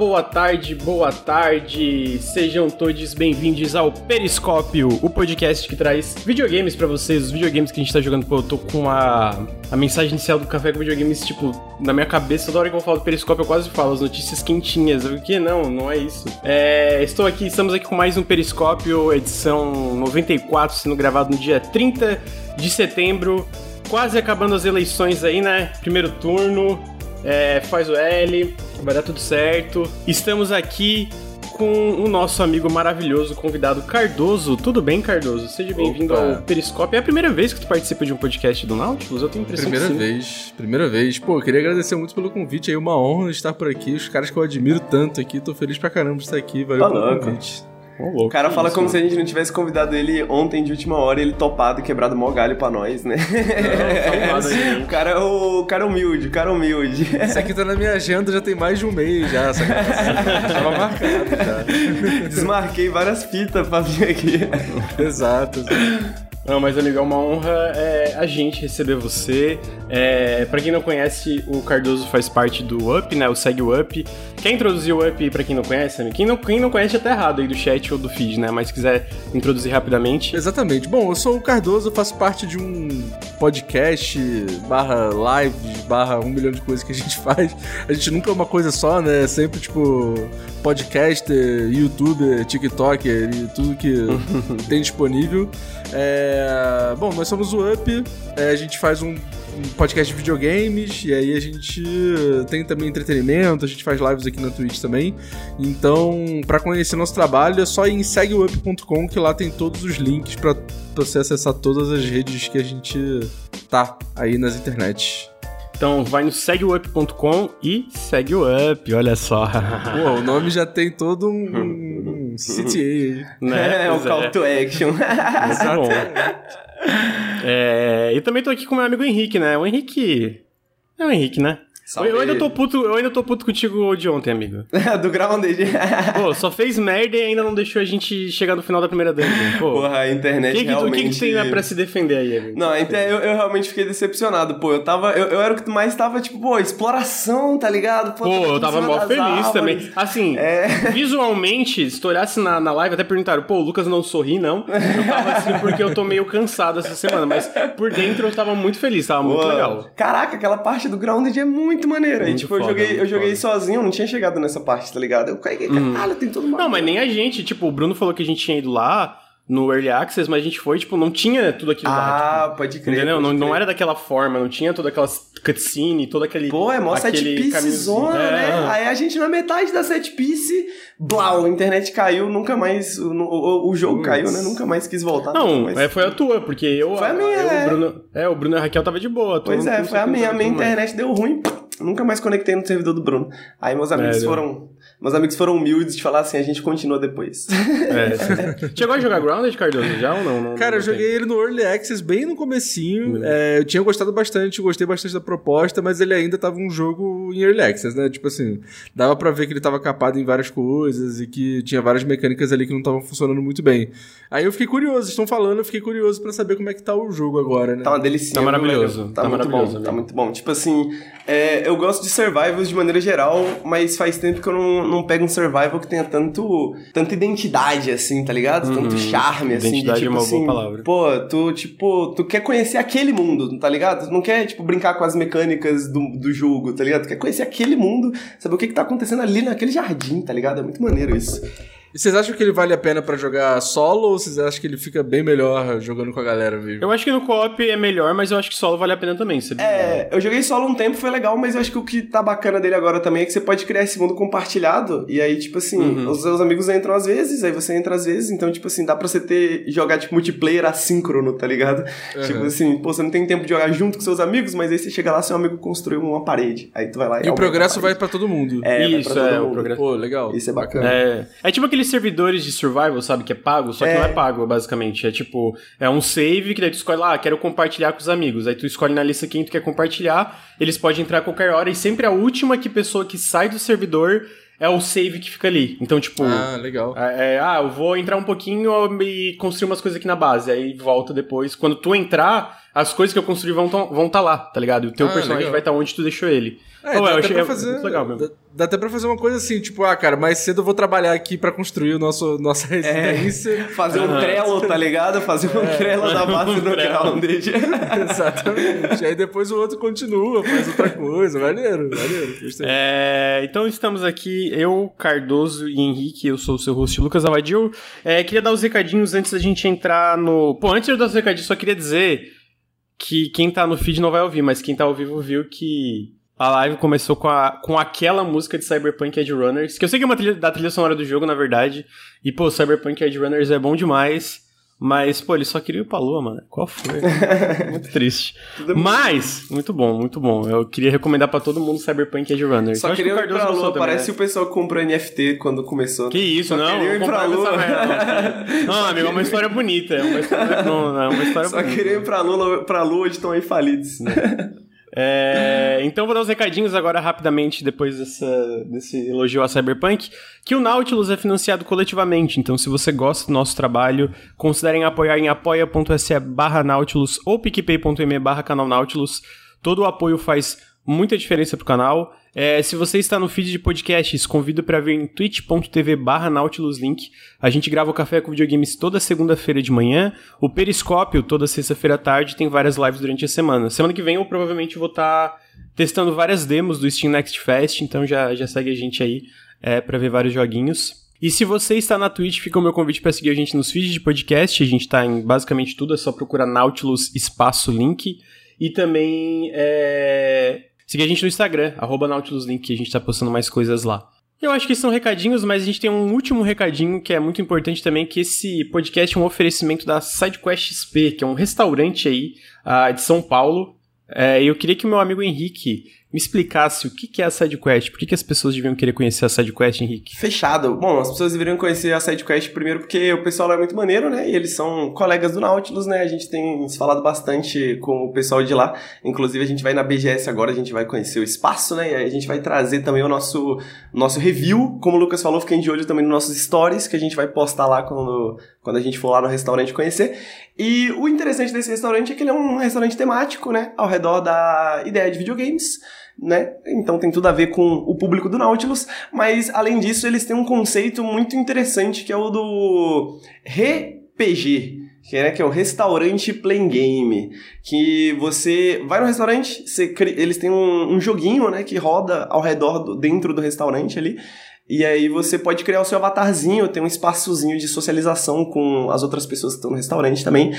boa tarde, sejam todos bem-vindos ao Periscópio, o podcast que traz videogames pra vocês, os videogames que a gente tá jogando. Pô, eu tô com a mensagem inicial do Café com Videogames, tipo, na minha cabeça, toda hora que eu falo do Periscópio eu quase falo as notícias quentinhas, o que não é isso. Estamos aqui com mais um Periscópio, edição 94, sendo gravado no dia 30 de setembro, quase acabando as eleições aí, né, primeiro turno. Faz o L, vai dar tudo certo. Estamos aqui com o nosso amigo maravilhoso, convidado Cardoso. Tudo bem, Cardoso? Seja bem-vindo ao Periscópio. É a primeira vez que tu participa de um podcast do Nautilus? Eu tenho a impressão Primeira vez. Pô, eu queria agradecer muito pelo convite aí, uma honra estar por aqui. Os caras que eu admiro tanto aqui, tô feliz pra caramba de estar aqui. Valeu pelo convite. O cara fala como se a gente não tivesse convidado ele ontem de última hora e ele topado e quebrado mó galho pra nós, né? O cara humilde. Isso aqui tá na minha agenda já tem mais de um mês já, tava marcado já. Desmarquei várias fitas pra vir aqui. Exato. Não, mas amigo, é uma honra a gente receber você. Pra quem não conhece, o Cardoso faz parte do UP, né? O Segue o UP. Quer introduzir o UP pra quem não conhece, amigo? Quem não conhece já tá errado aí do chat ou do feed, né? Mas se quiser introduzir rapidamente. Exatamente. Bom, eu sou o Cardoso, eu faço parte de um podcast, /lives, /1 milhão de coisas que a gente faz. A gente nunca é uma coisa só, né? É sempre, tipo, podcaster, youtuber, tiktoker e tudo que tem disponível. Bom, nós somos o UP, a gente faz um podcast de videogames e aí a gente tem também entretenimento, a gente faz lives aqui na Twitch também. Então, pra conhecer nosso trabalho é só ir em segueup.com, que lá tem todos os links pra você acessar todas as redes que a gente tá aí nas internets. Então vai no segueup.com e segue o Up, olha só. Pô, o nome já tem todo um CTA aí. Né? O call to action. Muito bom. E também tô aqui com o meu amigo Henrique, né? O Henrique... É o Henrique, né? Eu ainda tô puto contigo de ontem, amigo. Do Grounded. Pô, só fez merda e ainda não deixou a gente chegar no final da primeira dungeon. Porra, a internet realmente... O que tem pra se defender aí, amigo? Não, eu realmente fiquei decepcionado, pô. Eu era o que mais tava, tipo, pô, exploração, tá ligado? Pô, eu tava mó feliz também. Assim, visualmente, se tu olhasse na live, até perguntaram, pô, o Lucas não sorri, não? Eu tava assim, porque eu tô meio cansado essa semana, mas por dentro eu tava muito feliz, tava muito legal. Caraca, aquela parte do Grounded é muito maneira. Muito tipo, foda, eu joguei sozinho, não tinha chegado nessa parte, tá ligado? Eu caí, caralho, tem todo mundo. Não, mas nem a gente, tipo, o Bruno falou que a gente tinha ido lá no Early Access, mas a gente foi, tipo, não tinha tudo aquilo lá. Tipo, pode crer. Entendeu? Não era daquela forma, não tinha toda aquela cutscene, todo aquele... Pô, é mó set piece zona, né? Aí a gente na metade da set piece, blau, a internet caiu, nunca mais, o jogo caiu, né? Nunca mais quis voltar. Não, foi a tua, porque foi a minha, o Bruno e a Raquel tava de boa. Pois foi a minha internet deu ruim, nunca mais conectei no servidor do Bruno. Aí meus amigos foram humildes de falar assim, a gente continua depois. Chegou a jogar Grounded, Cardoso, já ou não? Cara, eu joguei ele no Early Access bem no comecinho. Eu tinha gostado bastante, gostei bastante da proposta, mas ele ainda tava um jogo em Early Access, né? Tipo assim, dava pra ver que ele tava capado em várias coisas e que tinha várias mecânicas ali que não estavam funcionando muito bem. Aí eu fiquei curioso, estão falando, eu fiquei curioso pra saber como é que tá o jogo agora, né? Tá uma delícia. Tá maravilhoso. Tá muito bom, tá muito bom. Tipo assim, eu gosto de survivals de maneira geral, mas faz tempo que eu não pego um survival que tenha tanta identidade, assim, tá ligado? Tanto charme, assim. Identidade de, tipo, é uma assim, boa palavra. Pô, tu quer conhecer aquele mundo, tá ligado? Tu não quer, tipo, brincar com as mecânicas do jogo, tá ligado? Tu quer conhecer aquele mundo, saber o que tá acontecendo ali naquele jardim, tá ligado? É muito maneiro isso. E vocês acham que ele vale a pena pra jogar solo ou vocês acham que ele fica bem melhor jogando com a galera, viu? Eu acho que no co-op é melhor, mas eu acho que solo vale a pena também, sabe? Eu joguei solo um tempo, foi legal, mas eu acho que o que tá bacana dele agora também é que você pode criar esse mundo compartilhado, e aí, tipo assim, os seus amigos entram às vezes, aí você entra às vezes, então, tipo assim, dá pra você jogar, tipo, multiplayer assíncrono, tá ligado? Tipo assim, pô, você não tem tempo de jogar junto com seus amigos, mas aí você chega lá, seu amigo construiu uma parede, aí tu vai lá e o progresso vai pra todo mundo. Isso, o progresso. Pô, legal. Isso é bacana. É tipo aqueles servidores de survival, sabe, que é pago, só que não é pago, basicamente. É tipo, é um save que daí tu escolhe lá, quero compartilhar com os amigos. Aí tu escolhe na lista quem tu quer compartilhar, eles podem entrar a qualquer hora e sempre a última pessoa que sai do servidor é o save que fica ali. Então, tipo... legal. Eu vou entrar um pouquinho e construir umas coisas aqui na base. Aí volta depois. Quando tu entrar, as coisas que eu construí vão tá lá, tá ligado? E o teu personagem legal. vai estar onde tu deixou ele. Eu achei muito legal mesmo. Dá até pra fazer uma coisa assim, tipo, cara, mais cedo eu vou trabalhar aqui pra construir nossa residência. Fazer um Trello, tá ligado? Fazer um Trello da base do ground. Exatamente. Aí depois o outro continua, faz outra coisa. Maneiro. Então estamos aqui, eu, Cardoso e Henrique, eu sou o seu host, Lucas Avadil. Queria dar os recadinhos antes da gente entrar no... Pô, antes de eu dar os recadinhos, só queria dizer que quem tá no feed não vai ouvir, mas quem tá ao vivo viu que a live começou com aquela música de Cyberpunk Edge Runners, que eu sei que é uma da trilha sonora do jogo, na verdade, e, pô, Cyberpunk Edge Runners é bom demais, mas, pô, ele só queria ir pra lua, mano. Qual foi? Muito triste. Mas, muito bom. Eu queria recomendar pra todo mundo Cyberpunk Edge Runners. Só queria ir pra lua, parece o pessoal que comprou NFT quando começou. Que isso, não queria ir pra lua. Não, amigo, é uma história bonita. É uma história bonita. Só queria ir pra lua onde estão aí falidos. Então vou dar os recadinhos agora rapidamente depois desse elogio a Cyberpunk, que o Nautilus é financiado coletivamente, então se você gosta do nosso trabalho, considerem apoiar em apoia.se/Nautilus ou picpay.me/canal Nautilus. Todo o apoio faz muita diferença pro canal. Se você está no feed de podcasts, convido para ver em twitch.tv/NautilusLink. A gente grava o Café com Videogames toda segunda-feira de manhã. O Periscópio, toda sexta-feira à tarde, tem várias lives durante a semana. Semana que vem eu provavelmente vou estar testando várias demos do Steam Next Fest, então já segue a gente aí para ver vários joguinhos. E se você está na Twitch, fica o meu convite para seguir a gente nos feeds de podcast. A gente está em basicamente tudo, é só procurar Nautilus espaço link. E também seguir a gente no Instagram, @NautilusLink, que a gente tá postando mais coisas lá. Eu acho que são recadinhos, mas a gente tem um último recadinho que é muito importante também, que esse podcast é um oferecimento da SideQuest XP, que é um restaurante aí de São Paulo. E eu queria que o meu amigo Henrique me explicasse o que é a SideQuest. Por que as pessoas deviam querer conhecer a SideQuest, Henrique? Fechado. Bom, as pessoas deveriam conhecer a SideQuest primeiro porque o pessoal lá é muito maneiro, né? E eles são colegas do Nautilus, né? A gente tem falado bastante com o pessoal de lá. Inclusive, a gente vai na BGS agora, a gente vai conhecer o espaço, né? E aí a gente vai trazer também o nosso review. Como o Lucas falou, fiquem de olho também nos nossos stories, que a gente vai postar lá quando a gente for lá no restaurante conhecer. E o interessante desse restaurante é que ele é um restaurante temático, né? Ao redor da ideia de videogames, né? Então tem tudo a ver com o público do Nautilus, mas além disso eles têm um conceito muito interessante que é o do RPG, que é o restaurante Playing Game, que você vai no restaurante, eles têm um joguinho, né, que roda ao redor, dentro do restaurante ali. E aí você pode criar o seu avatarzinho, tem um espaçozinho de socialização com as outras pessoas que estão no restaurante também.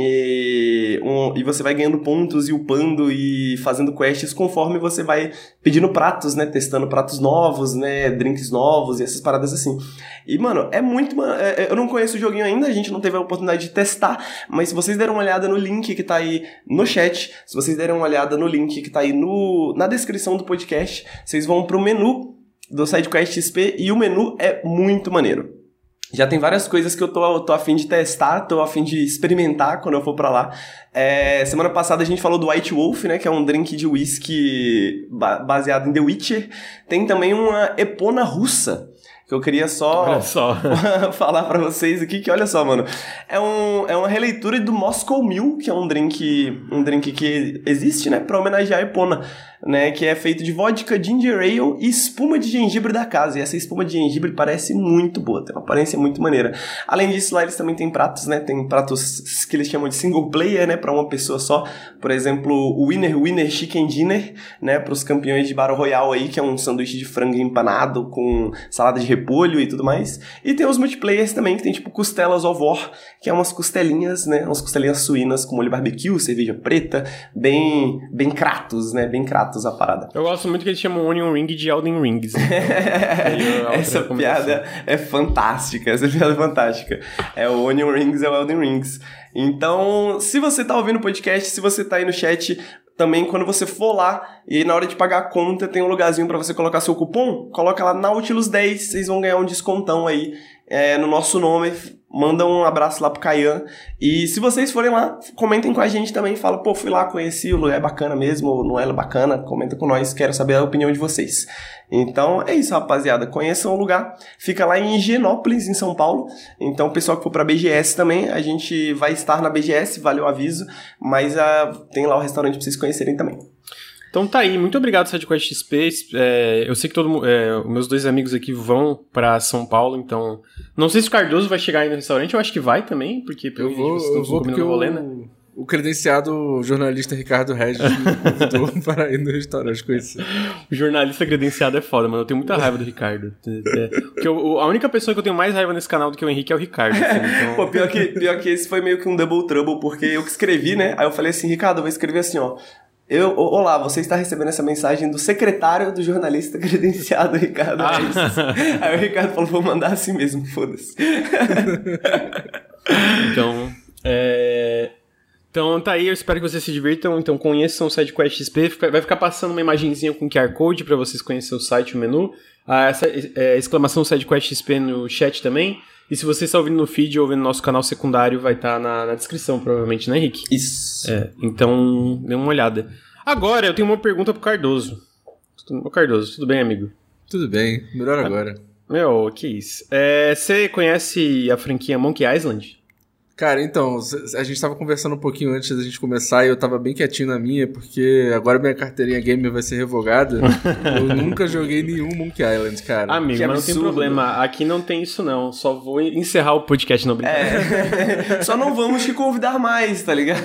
E você vai ganhando pontos e upando e fazendo quests conforme você vai pedindo pratos, né? Testando pratos novos, né? Drinks novos e essas paradas assim. E, mano, é muito... eu não conheço o joguinho ainda, a gente não teve a oportunidade de testar, mas se vocês derem uma olhada no link que tá aí no chat, se vocês derem uma olhada no link que tá aí na descrição do podcast, vocês vão pro menu do SideQuest XP e o menu é muito maneiro. Já tem várias coisas que eu tô a fim de testar, tô a fim de experimentar quando eu for pra lá. Semana passada a gente falou do White Wolf, né, que é um drink de whisky baseado em The Witcher. Tem também uma Epona russa, que eu queria só falar pra vocês aqui, que olha só, mano, é uma releitura do Moscow Mule, que é um drink que existe, né, pra homenagear a Epona, né, que é feito de vodka, ginger ale e espuma de gengibre da casa, e essa espuma de gengibre parece muito boa, tem uma aparência muito maneira. Além disso, lá eles também têm pratos, né, tem pratos que eles chamam de single player, né, pra uma pessoa só, por exemplo, o Winner Chicken Dinner, né, pros campeões de Battle Royale aí, que é um sanduíche de frango empanado com salada de repolho e tudo mais, e tem os multiplayers também, que tem tipo costelas of war, que é umas costelinhas, né, umas costelinhas suínas com molho barbecue, cerveja preta, bem Kratos, né, bem Kratos a parada. Eu gosto muito que eles chamam Onion Ring de Elden Rings. Né? Essa piada é fantástica, o Onion Rings é o Elden Rings. Então, se você tá ouvindo o podcast, se você tá aí no chat, também quando você for lá e na hora de pagar a conta tem um lugarzinho pra você colocar seu cupom, coloca lá Nautilus10, vocês vão ganhar um descontão aí no nosso nome, manda um abraço lá pro Caian. E se vocês forem lá, comentem com a gente também. Fala, pô, fui lá, conheci, o lugar é bacana mesmo, ou não é bacana. Comenta com nós, quero saber a opinião de vocês. Então é isso, rapaziada. Conheçam o lugar. Fica lá em Higienópolis, em São Paulo. Então o pessoal que for pra BGS também, a gente vai estar na BGS, valeu o aviso. Mas tem lá o restaurante pra vocês conhecerem também. Então tá aí, muito obrigado, SideQuest XP. Eu sei que meus dois amigos aqui vão pra São Paulo, então... Não sei se o Cardoso vai chegar aí no restaurante, eu acho que vai também, porque... Eu vou porque o credenciado jornalista Ricardo Regis me convidou para ir no restaurante conhecer. O jornalista credenciado é foda, mano. Eu tenho muita raiva do Ricardo. Porque a única pessoa que eu tenho mais raiva nesse canal do que o Henrique é o Ricardo. Assim, então... Pô, pior que esse foi meio que um double trouble, porque eu que escrevi, né? Aí eu falei assim, Ricardo, eu vou escrever assim, ó... Olá, você está recebendo essa mensagem do secretário do jornalista credenciado, Ricardo. Aí o Ricardo falou, vou mandar assim mesmo, foda-se. Então tá aí, eu espero que vocês se divirtam. Então conheçam o SideQuest XP. Vai ficar passando uma imagenzinha com QR Code para vocês conhecerem o site, o menu. Essa exclamação SideQuest XP no chat também. E se você está ouvindo no feed ou ouvindo no nosso canal secundário, vai estar na descrição, provavelmente, né, Henrique? Isso. Então, dê uma olhada. Agora, eu tenho uma pergunta pro Cardoso. Ô, Cardoso, tudo bem, amigo? Tudo bem, melhor agora. Meu, que isso. Você conhece a franquia Monkey Island? Cara, então, a gente tava conversando um pouquinho antes da gente começar e eu tava bem quietinho na minha, porque agora minha carteirinha gamer vai ser revogada. Eu nunca joguei nenhum Monkey Island, cara. Amigo, mas não tem problema. Aqui não tem isso, não. Só vou encerrar o podcast, não brincadeira. Só não vamos te convidar mais, tá ligado?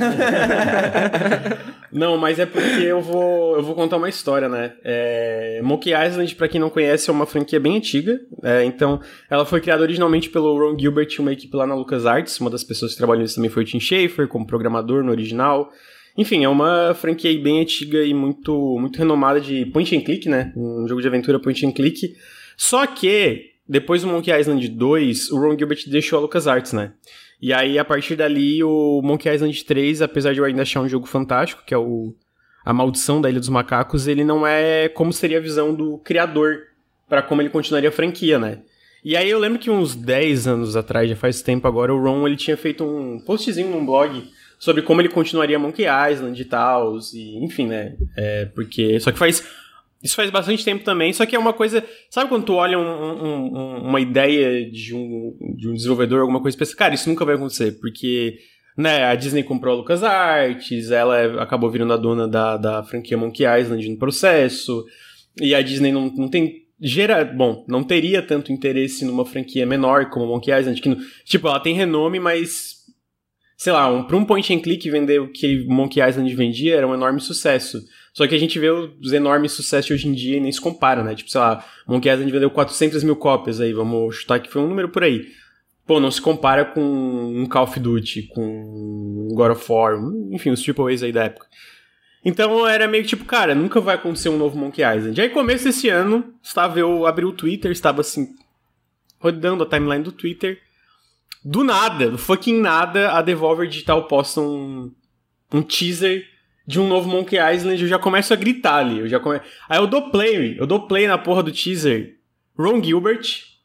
Não, mas é porque eu vou contar uma história, né? Monkey Island, pra quem não conhece, é uma franquia bem antiga. Então, ela foi criada originalmente pelo Ron Gilbert, uma equipe lá na LucasArts. Uma das pessoas que trabalhou nisso também foi o Tim Schafer, como programador no original. Enfim, é uma franquia bem antiga e muito, muito renomada de point and click, né? Um jogo de aventura point and click. Só que, depois do Monkey Island 2, o Ron Gilbert deixou a LucasArts, né? E aí, a partir dali, o Monkey Island 3, apesar de eu ainda achar um jogo fantástico, que é A Maldição da Ilha dos Macacos, ele não é como seria a visão do criador para como ele continuaria a franquia, né? E aí eu lembro que uns 10 anos atrás, já faz tempo agora, o Ron ele tinha feito um postzinho num blog sobre como ele continuaria Monkey Island e tal, e enfim, né? Porque... Só que isso faz bastante tempo também, só que é uma coisa... Sabe quando tu olha uma ideia de um desenvolvedor, alguma coisa e pensa, cara, isso nunca vai acontecer, porque né, a Disney comprou a LucasArts, ela acabou virando a dona da franquia Monkey Island no processo, e a Disney não tem... não teria tanto interesse numa franquia menor como Monkey Island, que, tipo, ela tem renome, mas, sei lá, pra um point and click vender o que Monkey Island vendia era um enorme sucesso. Só que a gente vê os enormes sucessos hoje em dia e nem se compara, né? Tipo, sei lá, Monkey Island vendeu 400 mil cópias aí, vamos chutar que foi um número por aí. Pô, não se compara com um Call of Duty, com um God of War, enfim, os AAAs aí da época. Então era meio que tipo, cara, nunca vai acontecer um novo Monkey Island. Aí começo desse ano, eu abri o Twitter, estava assim, rodando a timeline do Twitter. Do nada, do fucking nada, a Devolver Digital posta um teaser de um novo Monkey Island, eu já começo a gritar ali. Aí eu dou play na porra do teaser. Ron Gilbert,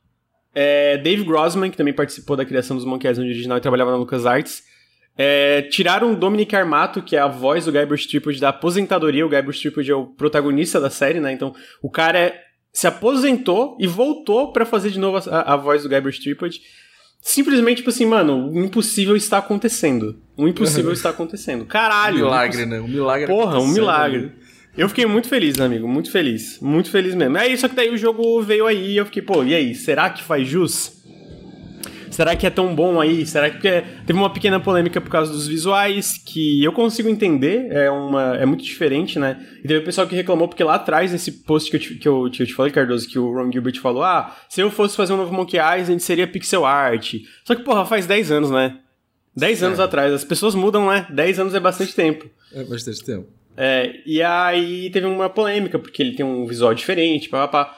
Dave Grossman, que também participou da criação dos Monkey Island original e trabalhava na LucasArts. Tiraram o Dominic Armato, que é a voz do Guybrush Threepwood da aposentadoria. O Guybrush Threepwood é o protagonista da série, né? Então, o cara se aposentou e voltou pra fazer de novo a voz do Guybrush Threepwood. Simplesmente, tipo assim, mano, o impossível está acontecendo. O impossível está acontecendo. Caralho! Um milagre, né? Um milagre. Porra, um milagre. Eu fiquei muito feliz, amigo. Muito feliz. Muito feliz mesmo. Só que daí o jogo veio aí e eu fiquei, pô, e aí? Será que faz jus? Será que é tão bom aí? Será que... Teve uma pequena polêmica por causa dos visuais, que eu consigo entender, é muito diferente, né? E teve o pessoal que reclamou, porque lá atrás, nesse post que eu te falei, Cardoso, que o Ron Gilbert falou, se eu fosse fazer um novo Monkey Island, seria pixel art. Só que, porra, faz 10 anos, né? 10 anos atrás, as pessoas mudam, né? 10 anos é bastante tempo. É bastante tempo. E aí teve uma polêmica, porque ele tem um visual diferente, papapá.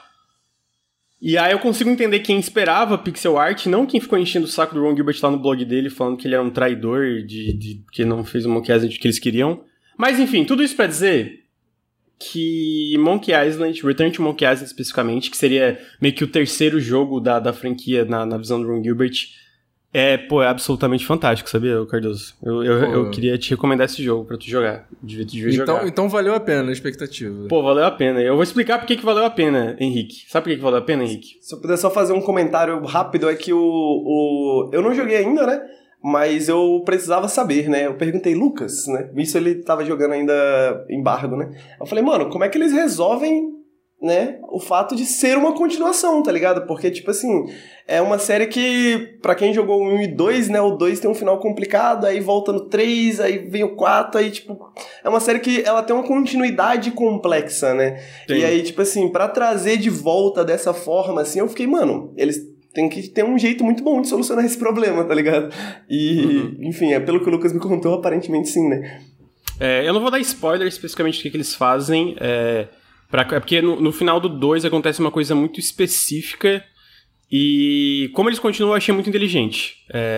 E aí eu consigo entender quem esperava pixel art, não quem ficou enchendo o saco do Ron Gilbert lá no blog dele, falando que ele era um traidor, que não fez o Monkey Island que eles queriam. Mas enfim, tudo isso pra dizer que Monkey Island, Return to Monkey Island especificamente, que seria meio que o terceiro jogo da franquia na visão do Ron Gilbert, é absolutamente fantástico, sabia, Cardoso? Eu queria te recomendar esse jogo pra tu jogar. Devia jogar. Então valeu a pena a expectativa. Valeu a pena. Eu vou explicar por que valeu a pena, Henrique. Sabe por que valeu a pena, Henrique? Se eu puder só fazer um comentário rápido, é que eu não joguei ainda, né? Mas eu precisava saber, né? Eu perguntei, Lucas, né? Isso ele tava jogando ainda embargo, né? Eu falei, mano, como é que eles resolvem, né? O fato de ser uma continuação, tá ligado? Porque, tipo assim, é uma série que, pra quem jogou o 1 e 2, né? O 2 tem um final complicado, aí volta no 3, aí vem o 4, aí, tipo... É uma série que ela tem uma continuidade complexa, né? Sim. E aí, tipo assim, pra trazer de volta dessa forma, assim, eu fiquei, mano, eles... Tem que ter um jeito muito bom de solucionar esse problema, tá ligado? E, enfim, pelo que o Lucas me contou, aparentemente sim, né? Eu não vou dar spoiler especificamente do que eles fazem, porque no final do 2 acontece uma coisa muito específica e como eles continuam, eu achei muito inteligente.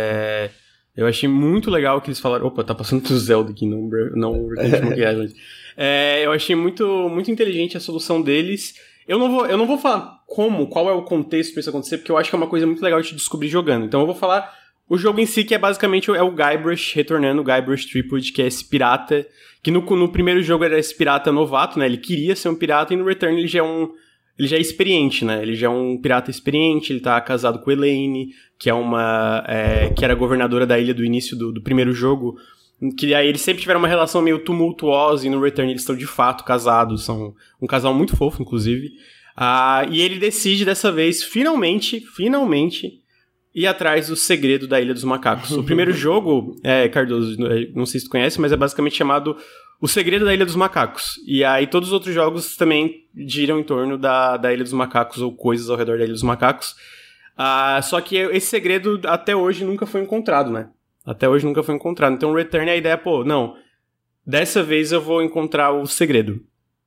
Eu achei muito legal que eles falaram... Opa, tá passando do Zelda aqui, não Return to Monkey Island. Eu achei muito, muito inteligente a solução deles... Eu não vou falar qual é o contexto pra isso acontecer, porque eu acho que é uma coisa muito legal de descobrir jogando. Então eu vou falar o jogo em si, que é basicamente o Guybrush retornando, o Guybrush Threepwood, que é esse pirata, que no primeiro jogo era esse pirata novato, né? Ele queria ser um pirata, e no Return ele já é experiente, né? Ele já é um pirata experiente, ele tá casado com Elaine, que é que era governadora da ilha do início do primeiro jogo, que aí eles sempre tiveram uma relação meio tumultuosa, e no Return eles estão de fato casados, são um casal muito fofo, inclusive. E ele decide dessa vez, finalmente, ir atrás do segredo da Ilha dos Macacos. O primeiro jogo, Cardoso, não sei se tu conhece, mas é basicamente chamado O Segredo da Ilha dos Macacos. E aí todos os outros jogos também giram em torno da Ilha dos Macacos, ou coisas ao redor da Ilha dos Macacos. Só que esse segredo até hoje nunca foi encontrado, né? Então o Return é a ideia, dessa vez eu vou encontrar o segredo.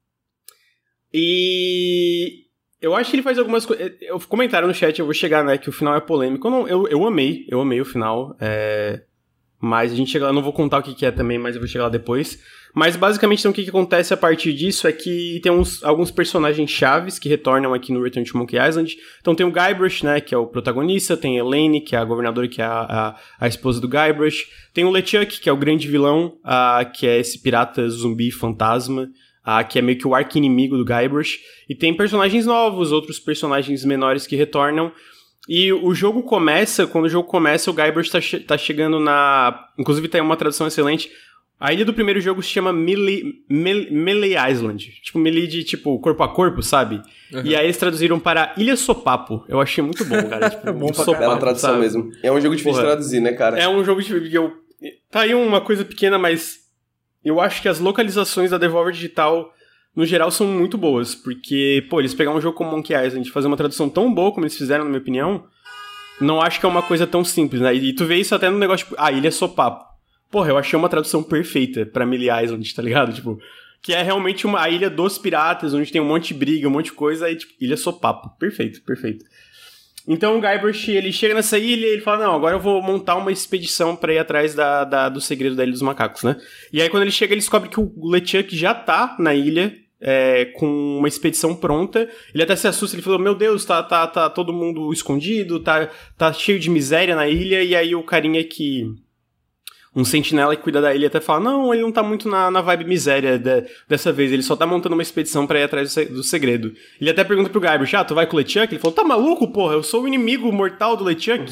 E eu acho que ele faz algumas coisas... Comentaram no chat, eu vou chegar, né, que o final é polêmico. Eu amei o final. Mas a gente chega lá, não vou contar o que é também, mas eu vou chegar lá depois. Mas basicamente, então, o que acontece a partir disso é que tem alguns personagens chaves que retornam aqui no Return to Monkey Island. Então tem o Guybrush, né, que é o protagonista, tem a Elaine, que é a governadora, que é a esposa do Guybrush. Tem o LeChuck, que é o grande vilão, que é esse pirata zumbi fantasma, que é meio que o arqui-inimigo do Guybrush. E tem personagens novos, outros personagens menores que retornam. E o jogo começa, quando o jogo começa, o Guybrush tá chegando inclusive tem uma tradução excelente. A ilha do primeiro jogo se chama Melee Island. Tipo, Melee de, tipo, corpo a corpo, sabe? Uhum. E aí eles traduziram para Ilha Sopapo. Eu achei muito bom, cara. Tipo, bom pra Sopapo, é uma tradução, sabe? Mesmo. É um jogo difícil de traduzir, né, cara? É um jogo difícil. Tá aí uma coisa pequena, mas eu acho que as localizações da Devolver Digital, no geral, são muito boas. Porque, eles pegaram um jogo como Monkey Island e fazer uma tradução tão boa como eles fizeram, na minha opinião, não acho que é uma coisa tão simples, né? E tu vê isso até no negócio, tipo, Ilha Sopapo. Eu achei uma tradução perfeita pra Melee Island, tá ligado? Tipo, que é realmente a ilha dos piratas, onde tem um monte de briga, um monte de coisa, aí, tipo, Ilha Sopapo. Perfeito. Então o Guybrush, ele chega nessa ilha e ele fala, não, agora eu vou montar uma expedição pra ir atrás do segredo da Ilha dos Macacos, né? E aí quando ele chega, ele descobre que o LeChuck já tá na ilha, com uma expedição pronta. Ele até se assusta, ele falou, meu Deus, tá todo mundo escondido, tá cheio de miséria na ilha, e aí o carinha que... Um sentinela que cuida da ilha até fala, não, ele não tá muito na vibe miséria dessa vez, ele só tá montando uma expedição pra ir atrás do segredo. Ele até pergunta pro Guybrush, tu vai com o LeChuck? Ele falou, tá maluco, porra, eu sou o inimigo mortal do LeChuck.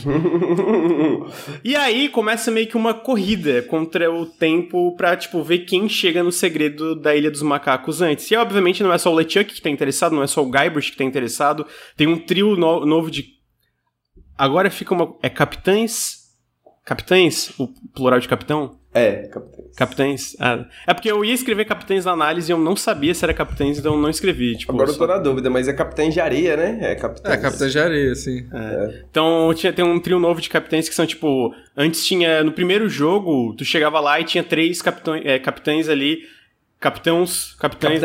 E aí começa meio que uma corrida contra o tempo pra, tipo, ver quem chega no segredo da Ilha dos Macacos antes. E obviamente não é só o LeChuck que tá interessado, não é só o Guybrush que tá interessado, tem um trio novo de... Agora fica Capitães? O plural de capitão? Capitães. É porque eu ia escrever capitães na análise e eu não sabia se era capitães, então eu não escrevi. Tipo, agora eu tô na dúvida, mas é capitães de areia, né? Capitães de areia, sim. Então tem um trio novo de capitães que são tipo... Antes tinha... No primeiro jogo, tu chegava lá e tinha 3 capitães ali capitães,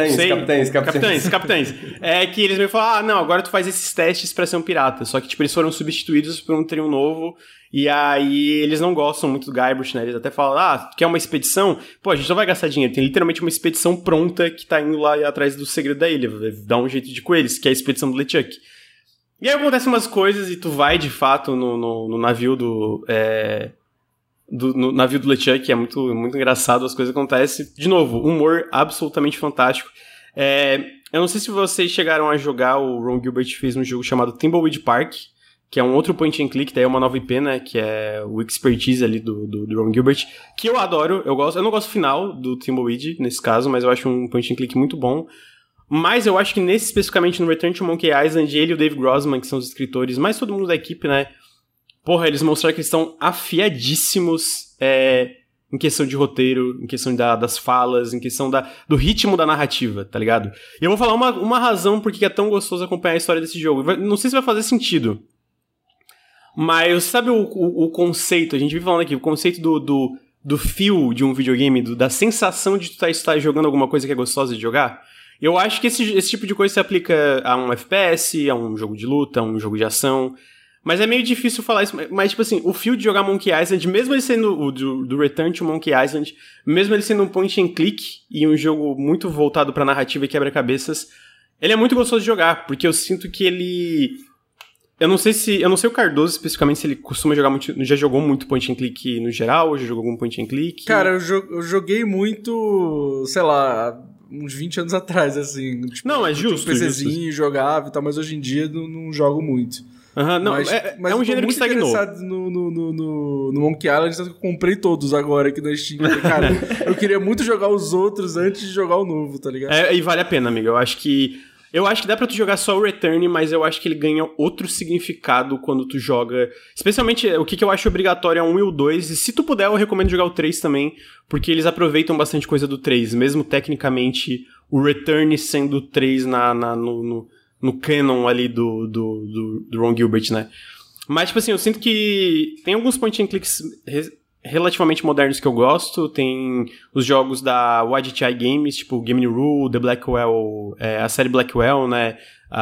é que eles me falam, não, agora tu faz esses testes pra ser um pirata, só que, tipo, eles foram substituídos por um trio novo, e aí eles não gostam muito do Guybrush, né, eles até falam, quer uma expedição? Pô, a gente não vai gastar dinheiro, tem literalmente uma expedição pronta que tá indo lá atrás do segredo da ilha, vai dar um jeito de ir com eles, que é a expedição do LeChuck. E aí acontecem umas coisas e tu vai, de fato, no navio no navio do LeChuck, que é muito, muito engraçado, as coisas acontecem. De novo, humor absolutamente fantástico. Eu não sei se vocês chegaram a jogar, o Ron Gilbert fez um jogo chamado Thimbleweed Park, que é um outro point and click, daí é uma nova IP, né, que é o expertise ali do Ron Gilbert, que eu adoro, eu não gosto do final do Thimbleweed, nesse caso, mas eu acho um point and click muito bom. Mas eu acho que nesse, especificamente no Return to Monkey Island, ele e o Dave Grossman, que são os escritores, mais todo mundo da equipe, né, porra, eles mostraram que eles estão afiadíssimos em questão de roteiro, em questão das falas, em questão do ritmo da narrativa, tá ligado? E eu vou falar uma razão por que é tão gostoso acompanhar a história desse jogo. Não sei se vai fazer sentido, mas sabe o conceito, a gente vive falando aqui, o conceito do feel de um videogame, da sensação de tu estar jogando alguma coisa que é gostosa de jogar? Eu acho que esse tipo de coisa se aplica a um FPS, a um jogo de luta, a um jogo de ação. Mas é meio difícil falar isso, mas tipo assim, o feel de jogar Monkey Island, mesmo ele sendo do Return to Monkey Island, mesmo ele sendo um point and click e um jogo muito voltado pra narrativa e quebra-cabeças, ele é muito gostoso de jogar, porque eu sinto que ele... Eu não sei o Cardoso especificamente se ele costuma jogar muito, já jogou muito point and click no geral, ou já jogou algum point and click? Cara, eu joguei muito, sei lá, uns 20 anos atrás, assim. Tipo, não, é justo. Um PCzinho, jogava e tal, mas hoje em dia não jogo muito. Não, mas é um gênero que estagnou. Eu tô muito interessado no Monkey Island, tanto que eu comprei todos agora aqui na Steam. Cara, eu queria muito jogar os outros antes de jogar o novo, tá ligado? E vale a pena, amigo. Eu acho que dá pra tu jogar só o Return, mas eu acho que ele ganha outro significado quando tu joga. Especialmente, o que eu acho obrigatório é o 1 e o 2. E se tu puder, eu recomendo jogar o 3 também, porque eles aproveitam bastante coisa do 3. Mesmo tecnicamente, o Return sendo o 3 no canon ali do Ron Gilbert, né? Mas, tipo assim, eu sinto que tem alguns point and clicks relativamente modernos que eu gosto. Tem os jogos da YGTI Games, tipo Game Rule, The Blackwell, a série Blackwell, né?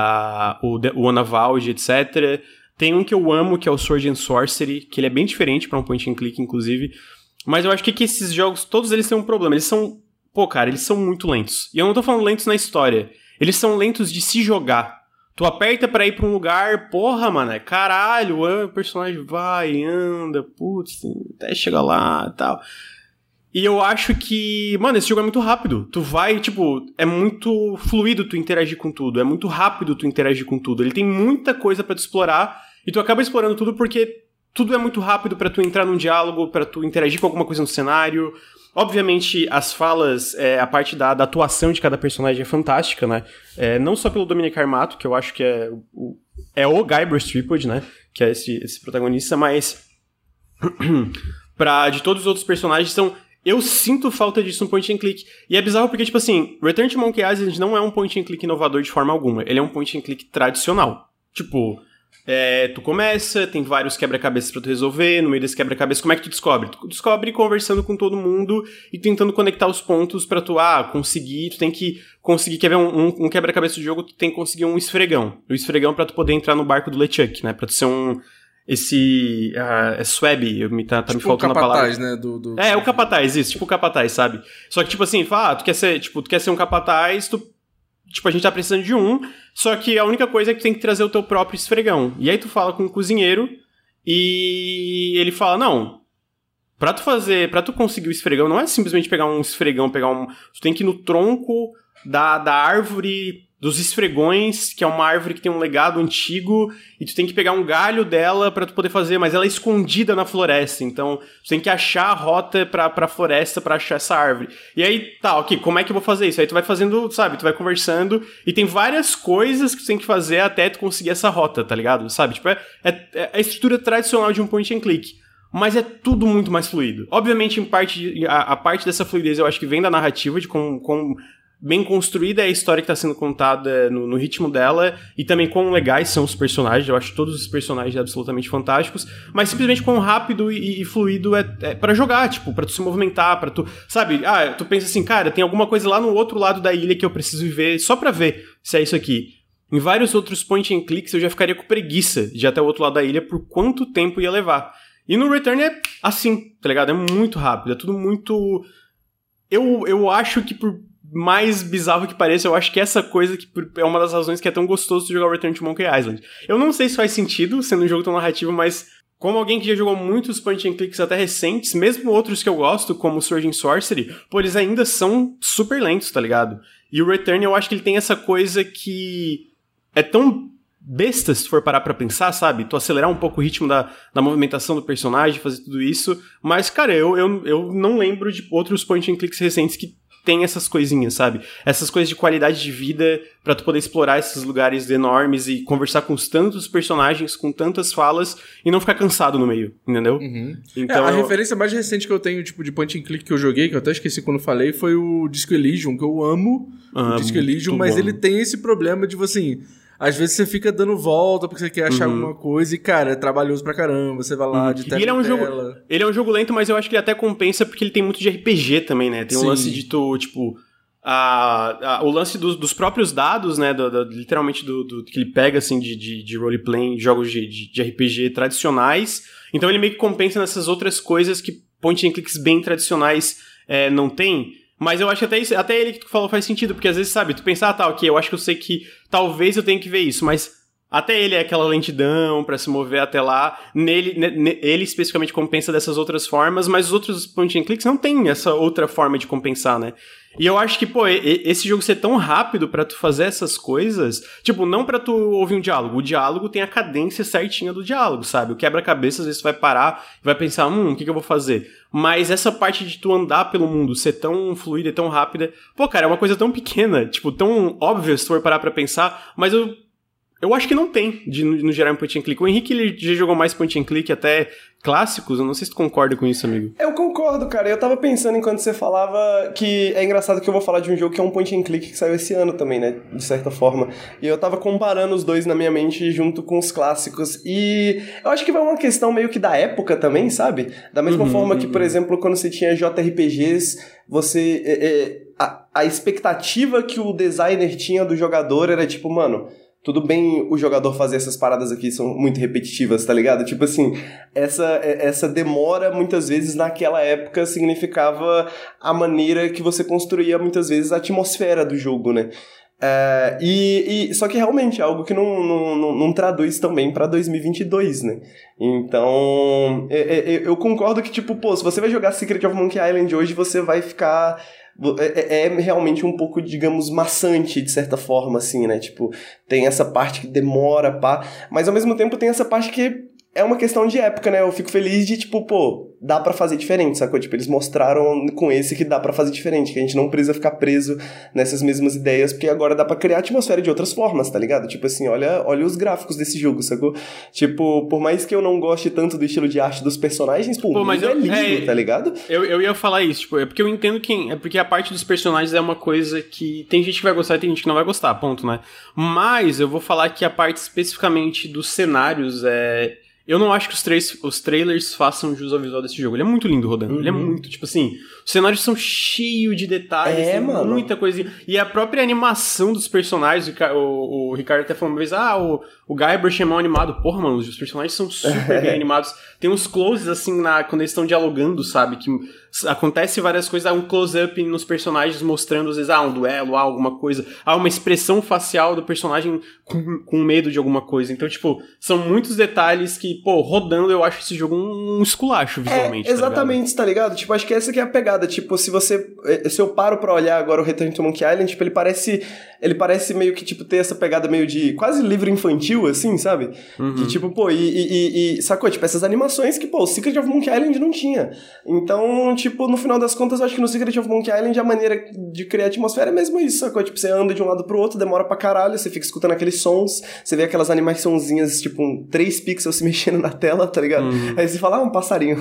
O Anavalde, etc. Tem um que eu amo, que é o Sword and Sorcery, que ele é bem diferente pra um point and click, inclusive. Mas eu acho que esses jogos, todos eles têm um problema. Eles são muito lentos. E eu não tô falando lentos na história. Eles são lentos de se jogar. Tu aperta pra ir pra um lugar, porra, mano, caralho, o personagem vai, anda, putz, até chegar lá e tal. E eu acho que, mano, esse jogo é muito rápido. Tu vai, tipo, é muito fluido tu interagir com tudo, é muito rápido tu interagir com tudo. Ele tem muita coisa pra tu explorar e tu acaba explorando tudo porque tudo é muito rápido pra tu entrar num diálogo, pra tu interagir com alguma coisa no cenário. Obviamente, as falas, a parte da atuação de cada personagem é fantástica, né? Não só pelo Dominic Armato, que eu acho que é o Guybrush Threepwood, né? Que é esse protagonista, mas de todos os outros personagens, eu sinto falta disso no point and click. E é bizarro porque, tipo assim, Return to Monkey Island não é um point and click inovador de forma alguma. Ele é um point and click tradicional. Tipo... tu começa, tem vários quebra-cabeças pra tu resolver, no meio desse quebra-cabeça, como é que tu descobre? Tu descobre conversando com todo mundo e tentando conectar os pontos pra tu, conseguir, tu tem que conseguir, quer ver um quebra-cabeça do jogo, tu tem que conseguir um esfregão. O esfregão pra tu poder entrar no barco do LeChuck, né, pra tu ser swab, tá me faltando a palavra. Tipo o capataz, né, o capataz, isso, tipo o capataz, sabe? Só que, tipo assim, tu quer ser um capataz, tipo, a gente tá precisando de um, só que a única coisa é que tu tem que trazer o teu próprio esfregão. E aí tu fala com o cozinheiro e ele fala, não, pra tu conseguir o esfregão, não é simplesmente pegar um esfregão, tu tem que ir no tronco da árvore dos esfregões, que é uma árvore que tem um legado antigo, e tu tem que pegar um galho dela pra tu poder fazer, mas ela é escondida na floresta, então tu tem que achar a rota pra floresta pra achar essa árvore. E aí, ok, como é que eu vou fazer isso? Aí tu vai fazendo, sabe, tu vai conversando, e tem várias coisas que tu tem que fazer até tu conseguir essa rota, tá ligado? Sabe, tipo, é a estrutura tradicional de um point and click. Mas é tudo muito mais fluido. Obviamente, a parte dessa fluidez eu acho que vem da narrativa, de como bem construída é a história que tá sendo contada no ritmo dela, e também quão legais são os personagens. Eu acho todos os personagens absolutamente fantásticos, mas simplesmente quão rápido e fluido é pra jogar, tipo, pra tu se movimentar, pra tu, sabe, tu pensa assim, cara, tem alguma coisa lá no outro lado da ilha que eu preciso ver, só pra ver se é isso aqui. Em vários outros point and clicks eu já ficaria com preguiça de ir até o outro lado da ilha por quanto tempo ia levar. E no Return é assim, tá ligado? É muito rápido, é tudo muito... Eu acho que por mais bizarro que pareça, eu acho que essa coisa que é uma das razões que é tão gostoso de jogar o Return to Monkey Island. Eu não sei se faz sentido, sendo um jogo tão narrativo, mas como alguém que já jogou muitos point and clicks até recentes, mesmo outros que eu gosto, como Sword and Sorcery, pô, eles ainda são super lentos, tá ligado? E o Return, eu acho que ele tem essa coisa que é tão besta se tu for parar pra pensar, sabe? Tu acelerar um pouco o ritmo da movimentação do personagem, fazer tudo isso, mas, cara, eu não lembro de outros point and clicks recentes que tem essas coisinhas, sabe? Essas coisas de qualidade de vida pra tu poder explorar esses lugares enormes e conversar com tantos personagens, com tantas falas e não ficar cansado no meio, entendeu? Uhum. Então, a referência mais recente que eu tenho, tipo, de point and click que eu joguei, que eu até esqueci quando falei, foi o Disco Elysium, que eu amo o Disco Elysium, mas ele tem esse problema de, assim... Às vezes você fica dando volta porque você quer achar alguma coisa e, cara, é trabalhoso pra caramba. Você vai lá de tela e ele é um jogo lento, mas eu acho que ele até compensa porque ele tem muito de RPG também, né? Tem um lance de tu, tipo... o lance dos próprios dados, né? Literalmente do que ele pega, assim, de roleplay, jogos de RPG tradicionais. Então ele meio que compensa nessas outras coisas que point and clicks bem tradicionais não tem. Mas eu acho que até ele que tu falou faz sentido, porque às vezes, sabe, tu pensa, tá, ok, eu acho que eu sei que talvez eu tenha que ver isso, mas até ele é aquela lentidão pra se mover até lá, ele especificamente compensa dessas outras formas, mas os outros point and clicks não tem essa outra forma de compensar, né? E eu acho que, pô, esse jogo ser tão rápido pra tu fazer essas coisas, tipo, não pra tu ouvir um diálogo, o diálogo tem a cadência certinha do diálogo, sabe? O quebra-cabeça, às vezes, tu vai parar e vai pensar, o que eu vou fazer? Mas essa parte de tu andar pelo mundo, ser tão fluida e tão rápida, pô, cara, é uma coisa tão pequena, tipo, tão óbvia se tu for parar pra pensar, mas eu acho que não tem, no geral, em point and click. O Henrique, ele já jogou mais point and click, até clássicos. Eu não sei se tu concorda com isso, amigo. Eu concordo, cara. Eu tava pensando enquanto você falava que é engraçado que eu vou falar de um jogo que é um point and click que saiu esse ano também, né? De certa forma. E eu tava comparando os dois na minha mente junto com os clássicos. E eu acho que vai uma questão meio que da época também, sabe? Da mesma forma que, por exemplo, quando você tinha JRPGs, você... a expectativa que o designer tinha do jogador era tipo, mano... Tudo bem o jogador fazer essas paradas aqui, são muito repetitivas, tá ligado? Tipo assim, essa demora, muitas vezes, naquela época, significava a maneira que você construía, muitas vezes, a atmosfera do jogo, né? Só que realmente é algo que não traduz também pra 2022, né? Então, eu concordo que, tipo, pô, se você vai jogar Secret of Monkey Island hoje, você vai ficar... É realmente um pouco, digamos, maçante, de certa forma, assim, né? Tipo, tem essa parte que demora, pá. Mas, ao mesmo tempo, tem essa parte que é uma questão de época, né? Eu fico feliz de, tipo, pô, dá pra fazer diferente, sacou? Tipo, eles mostraram com esse que dá pra fazer diferente, que a gente não precisa ficar preso nessas mesmas ideias, porque agora dá pra criar atmosfera de outras formas, tá ligado? Tipo assim, olha os gráficos desse jogo, sacou? Tipo, por mais que eu não goste tanto do estilo de arte dos personagens, pô, mas é lindo, tá ligado? Eu ia falar isso, tipo, é porque eu entendo que... É porque a parte dos personagens é uma coisa que tem gente que vai gostar e tem gente que não vai gostar, ponto, né? Mas eu vou falar que a parte especificamente dos cenários Eu não acho que os trailers façam jus ao visual desse jogo. Ele é muito lindo rodando. Ele é muito, tipo assim... Os cenários são cheios de detalhes. Tem muita coisa. E a própria animação dos personagens... O Ricardo até falou uma vez... o Guybrush é mal animado. Porra, mano, os personagens são super bem animados. Tem uns closes, assim, quando eles estão dialogando, sabe? Que acontece várias coisas. Há um close-up nos personagens mostrando, às vezes, um duelo, alguma coisa. Há uma expressão facial do personagem com medo de alguma coisa. Então, tipo, são muitos detalhes que, pô, rodando, eu acho esse jogo um esculacho visualmente. Exatamente, tá ligado? Tipo, acho que essa que é a pegada. Tipo, se eu paro pra olhar agora o Return to Monkey Island, tipo, ele parece meio que, tipo, ter essa pegada meio de quase livro infantil, assim, sabe? De, tipo, pô, sacou? Tipo, essas animações que, pô, o Secret of Monkey Island não tinha. Então, tipo, no final das contas, eu acho que no Secret of Monkey Island a maneira de criar atmosfera é mesmo isso, sacou? Tipo, você anda de um lado pro outro, demora pra caralho, você fica escutando aqueles sons, você vê aquelas animaçãozinhas, tipo, 3 pixels se mexendo mexendo na tela, tá ligado? Aí você fala, um passarinho.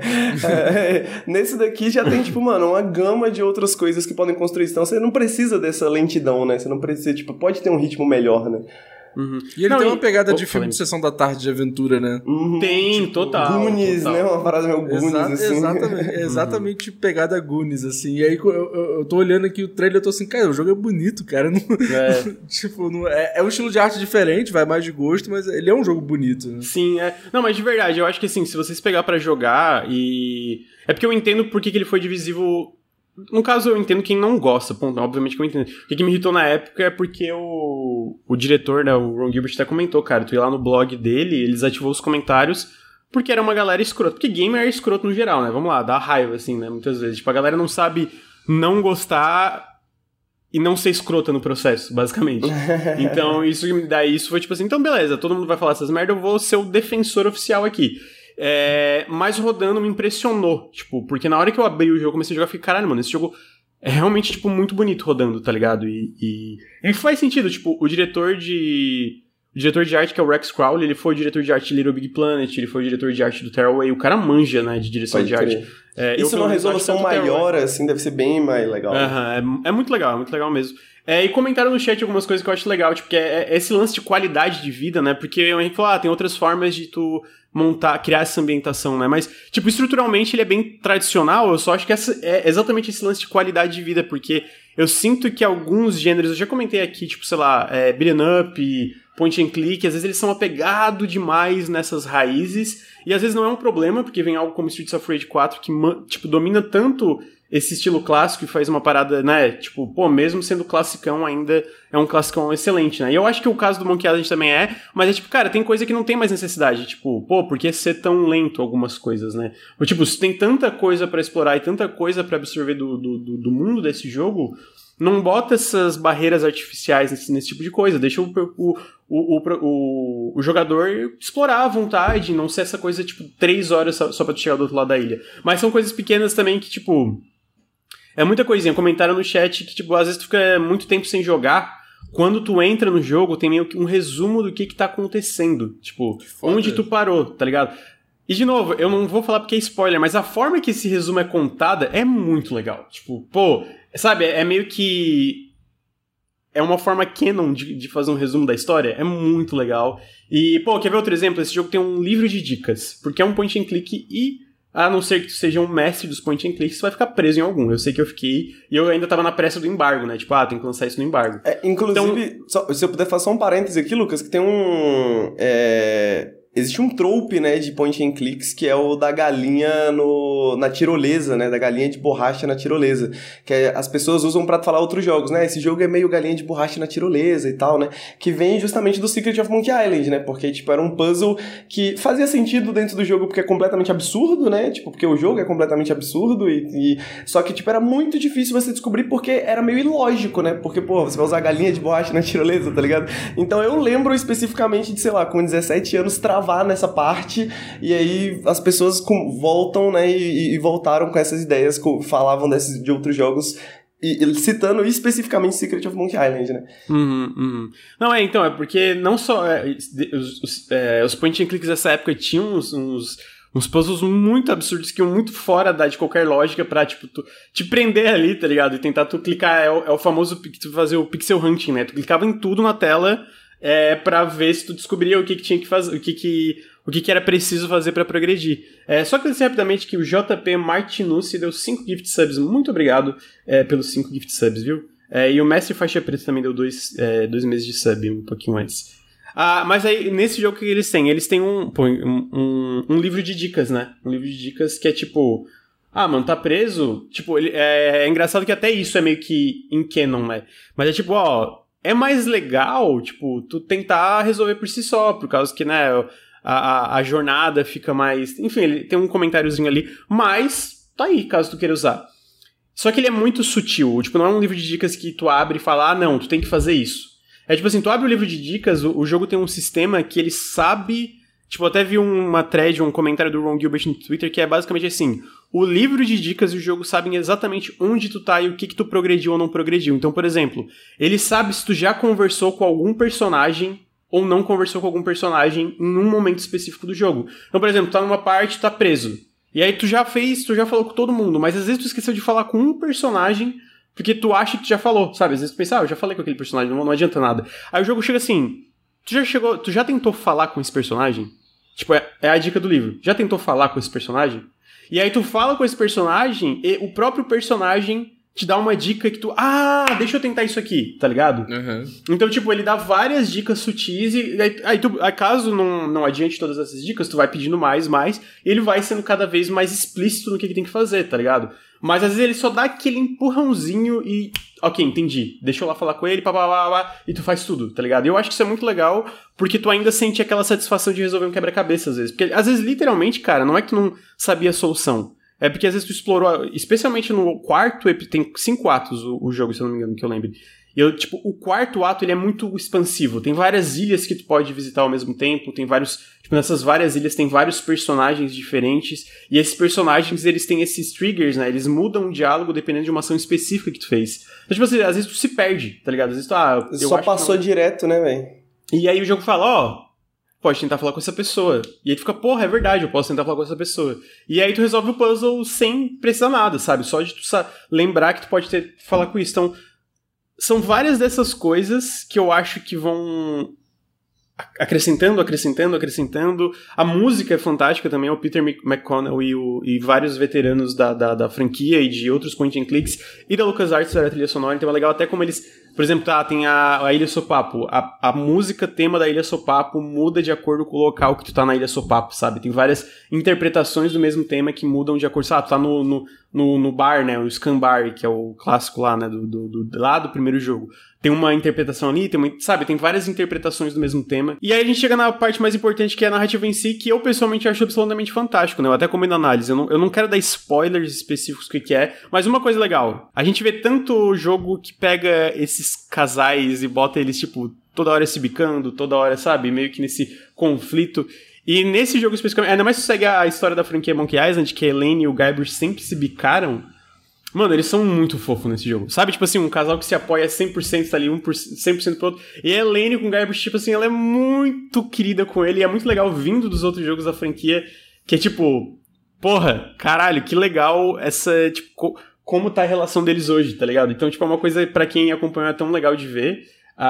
Nesse daqui já tem, tipo, mano, uma gama de outras coisas que podem construir. Então você não precisa dessa lentidão, né? Você não precisa, tipo, pode ter um ritmo melhor, né? E ele tem uma pegada de filme de Sessão da Tarde de aventura, né? Tem, tipo, total. Goonies, né? Uma parada meio Goonies, assim. Exatamente pegada Goonies, assim. E aí eu tô olhando aqui o trailer e eu tô assim, cara, o jogo é bonito, cara. Não, tipo, não, é um estilo de arte diferente, vai mais de gosto, mas ele é um jogo bonito, né? Sim, é. Não, mas de verdade, eu acho que assim, se vocês pegar pra jogar e... É porque eu entendo por que ele foi divisivo... No caso, eu entendo quem não gosta, ponto, obviamente que eu entendo. O que me irritou na época é porque o diretor, né, o Ron Gilbert até comentou, cara, tu ia lá no blog dele, ele desativou os comentários porque era uma galera escrota. Porque gamer é escroto no geral, né? Vamos lá, dá raiva, assim, né, muitas vezes. Tipo, a galera não sabe não gostar e não ser escrota no processo, basicamente. Então, isso foi tipo assim, então beleza, todo mundo vai falar essas merdas, eu vou ser o defensor oficial aqui. Mas rodando me impressionou, tipo, porque na hora que eu abri o jogo, comecei a jogar, fiquei, caralho, mano, esse jogo é realmente, tipo, muito bonito rodando, tá ligado? E faz sentido, tipo, o diretor de arte, que é o Rex Crowley, ele foi o diretor de arte de Little Big Planet, ele foi o diretor de arte do Tearaway, o cara manja, né, de direção de arte. Isso numa resolução maior, assim, deve ser bem mais legal. É muito legal mesmo. E comentaram no chat algumas coisas que eu acho legal, tipo, que é esse lance de qualidade de vida, né, porque o Henrique falou, tem outras formas de tu criar essa ambientação, né, mas, tipo, estruturalmente ele é bem tradicional, eu só acho que é exatamente esse lance de qualidade de vida, porque eu sinto que alguns gêneros, eu já comentei aqui, tipo, sei lá, beat'em up, point and click, às vezes eles são apegados demais nessas raízes, e às vezes não é um problema, porque vem algo como Streets of Rage 4 que, tipo, domina tanto esse estilo clássico e faz uma parada, né, tipo, mesmo sendo classicão ainda, é um classicão excelente, né, e eu acho que o caso do Monkey Island também mas é tipo, cara, tem coisa que não tem mais necessidade, tipo, por que ser tão lento algumas coisas, né, ou, tipo, se tem tanta coisa pra explorar e tanta coisa pra absorver do mundo desse jogo, não bota essas barreiras artificiais nesse tipo de coisa, deixa o jogador explorar à vontade, não ser essa coisa, tipo, 3 horas só pra tu chegar do outro lado da ilha, mas são coisas pequenas também que, tipo, é muita coisinha. Comentaram no chat que, tipo, às vezes tu fica muito tempo sem jogar. Quando tu entra no jogo, tem meio que um resumo do que tá acontecendo. Tipo, onde tu parou, tá ligado? E, de novo, eu não vou falar porque é spoiler, mas a forma que esse resumo é contada é muito legal. Tipo, sabe, é meio que... É uma forma canon de fazer um resumo da história. É muito legal. E, quer ver outro exemplo? Esse jogo tem um livro de dicas. Porque é um point and click e... A não ser que tu seja um mestre dos point and clicks, tu vai ficar preso em algum. Eu sei que eu fiquei... E eu ainda tava na pressa do embargo, né? Tipo, tem que lançar isso no embargo. Inclusive, então, se eu puder fazer só um parêntese aqui, Lucas, que tem existe um trope, né, de point and clicks, que é o da galinha na tirolesa, né, da galinha de borracha na tirolesa, que as pessoas usam pra falar outros jogos, né, esse jogo é meio galinha de borracha na tirolesa e tal, né, que vem justamente do Secret of Monkey Island, né, porque, tipo, era um puzzle que fazia sentido dentro do jogo porque é completamente absurdo, né, tipo, porque o jogo é completamente absurdo só que, tipo, era muito difícil você descobrir porque era meio ilógico, né, porque, você vai usar galinha de borracha na tirolesa, tá ligado? Então eu lembro especificamente de, sei lá, com 17 anos, travar nessa parte, e aí as pessoas voltam, né, e voltaram com essas ideias, falavam de outros jogos, e citando especificamente Secret of Monkey Island, né? Não, então, é porque não só os point and clicks dessa época tinham uns puzzles muito absurdos que iam muito fora de qualquer lógica pra, tipo, te prender ali, tá ligado? E tentar tu clicar, é o famoso tu fazer o pixel hunting, né? Tu clicava em tudo na tela pra ver se tu descobria o que tinha que fazer, o que era preciso fazer pra progredir. Só que eu disse rapidamente que o JP Martinucci deu 5 gift subs. Muito obrigado pelos 5 gift subs, viu? E o Mestre Faixa Preta também deu 2 meses de sub, um pouquinho antes. Mas aí, nesse jogo, o que eles têm? Eles têm um livro de dicas, né? Um livro de dicas que é tipo... mano, tá preso? Tipo, é engraçado que até isso é meio que in canon, né? Mas é tipo, é mais legal, tipo, tu tentar resolver por si só, por causa que, né, a jornada fica mais... Enfim, ele tem um comentáriozinho ali, mas tá aí, caso tu queira usar. Só que ele é muito sutil, tipo, não é um livro de dicas que tu abre e fala, não, tu tem que fazer isso. É tipo assim, tu abre o livro de dicas, o jogo tem um sistema que ele sabe... Tipo, eu até vi uma thread, um comentário do Ron Gilbert no Twitter, que é basicamente assim, o livro de dicas e o jogo sabem exatamente onde tu tá e o que tu progrediu ou não progrediu. Então, por exemplo, ele sabe se tu já conversou com algum personagem ou não conversou com algum personagem em um momento específico do jogo. Então, por exemplo, tá numa parte, tá preso. E aí tu já falou com todo mundo, mas às vezes tu esqueceu de falar com um personagem porque tu acha que tu já falou, sabe? Às vezes tu pensa, eu já falei com aquele personagem, não adianta nada. Aí o jogo chega assim, tu já tentou falar com esse personagem? Tipo, é a dica do livro. Já tentou falar com esse personagem? E aí tu fala com esse personagem e o próprio personagem te dá uma dica que tu... deixa eu tentar isso aqui, tá ligado? Uhum. Então, tipo, ele dá várias dicas sutis e aí caso não adiante todas essas dicas, tu vai pedindo mais, e ele vai sendo cada vez mais explícito no que tem que fazer, tá ligado? Mas às vezes ele só dá aquele empurrãozinho e... Ok, entendi. Deixa eu lá falar com ele, e tu faz tudo, tá ligado? E eu acho que isso é muito legal, porque tu ainda sente aquela satisfação de resolver um quebra-cabeça, às vezes. Porque, às vezes, literalmente, cara, não é que tu não sabia a solução. É porque, às vezes, tu explorou... Especialmente no quarto... Tem 5 atos o jogo, se eu não me engano, que eu lembre. O quarto ato, ele é muito expansivo. Tem várias ilhas que tu pode visitar ao mesmo tempo. Tem vários... nessas várias ilhas tem vários personagens diferentes. E esses personagens, eles têm esses triggers, né? Eles mudam o diálogo dependendo de uma ação específica que tu fez. Então, tipo, às vezes tu se perde, tá ligado? Às vezes tu... Só passou direto, né, velho? E aí o jogo fala, pode tentar falar com essa pessoa. E aí tu fica, porra, é verdade, eu posso tentar falar com essa pessoa. E aí tu resolve o puzzle sem precisar nada, sabe? Só de tu lembrar que tu pode falar com isso. Então, são várias dessas coisas que eu acho que vão acrescentando. A música é fantástica também, o Peter McConnell e vários veteranos da franquia e de outros point and clicks e da LucasArts da trilha sonora, então é legal até como eles... Por exemplo, tem a Ilha Sopapo. A música tema da Ilha Sopapo muda de acordo com o local que tu tá na Ilha Sopapo, sabe? Tem várias interpretações do mesmo tema que mudam de acordo... tu tá no bar, né? O Scan Bar, que é o clássico lá, né? Lá do primeiro jogo. Tem uma interpretação ali, tem várias interpretações do mesmo tema. E aí a gente chega na parte mais importante, que é a narrativa em si, que eu pessoalmente acho absolutamente fantástico, né? Eu até comentei na análise. Eu não quero dar spoilers específicos do que é, mas uma coisa legal. A gente vê tanto jogo que pega esses casais e bota eles, tipo, toda hora se bicando, toda hora, sabe? Meio que nesse conflito. E nesse jogo especificamente, ainda mais se você segue a história da franquia Monkey Island, que a Elaine e o Guybrush sempre se bicaram. Mano, eles são muito fofos nesse jogo. Sabe, tipo assim, um casal que se apoia 100%, tá ali 100% pro outro. E a Elaine com o Guybrush, tipo assim, ela é muito querida com ele. E é muito legal vindo dos outros jogos da franquia, que é tipo... Porra, caralho, que legal essa, tipo... Como tá a relação deles hoje, tá ligado? Então, tipo, é uma coisa pra quem acompanha é tão legal de ver.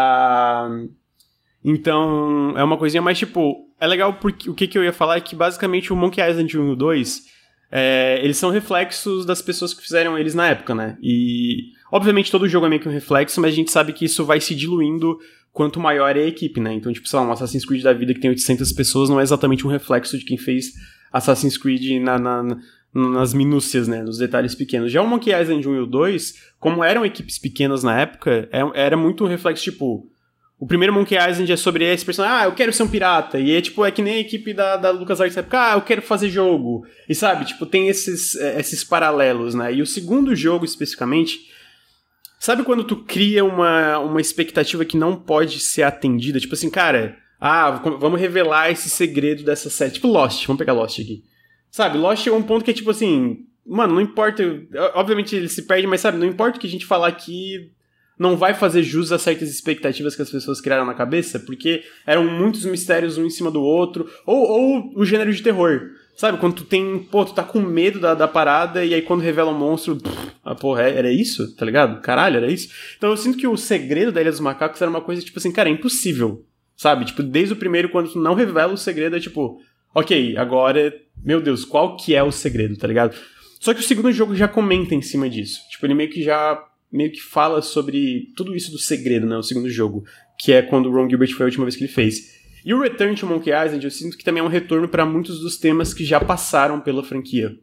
Então, é uma coisinha mais, tipo... É legal porque o que eu ia falar é que, basicamente, o Monkey Island 1 e o 2... eles são reflexos das pessoas que fizeram eles na época, né? E, obviamente, todo jogo é meio que um reflexo, mas a gente sabe que isso vai se diluindo quanto maior é a equipe, né? Então, tipo, sei lá, um Assassin's Creed da vida que tem 800 pessoas não é exatamente um reflexo de quem fez Assassin's Creed nas minúcias, né? Nos detalhes pequenos. Já o Monkey Island 1 e o 2, como eram equipes pequenas na época, era muito um reflexo, tipo... O primeiro Monkey Island é sobre esse personagem, eu quero ser um pirata. E é tipo, é que nem a equipe da LucasArts na época, eu quero fazer jogo. E sabe, tipo, tem esses paralelos, né? E o segundo jogo, especificamente, sabe quando tu cria uma expectativa que não pode ser atendida? Tipo assim, cara, vamos revelar esse segredo dessa série. Tipo Lost, vamos pegar Lost aqui. Sabe, Lost é um ponto que é tipo assim, mano, não importa, obviamente ele se perde, mas sabe, não importa o que a gente falar aqui... não vai fazer jus a certas expectativas que as pessoas criaram na cabeça, porque eram muitos mistérios um em cima do outro, ou o gênero de terror, sabe? Quando tu tá com medo da parada, e aí quando revela um monstro, era isso? Tá ligado? Caralho, era isso? Então eu sinto que o segredo da Ilha dos Macacos era uma coisa, tipo assim, cara, é impossível, sabe? Tipo, desde o primeiro, quando tu não revela o segredo, é tipo, ok, agora, meu Deus, qual que é o segredo, tá ligado? Só que o segundo jogo já comenta em cima disso, tipo, ele meio que fala sobre tudo isso do segredo, né? O segundo jogo, que é quando o Ron Gilbert foi a última vez que ele fez. E o Return to Monkey Island, eu sinto que também é um retorno para muitos dos temas que já passaram pela franquia.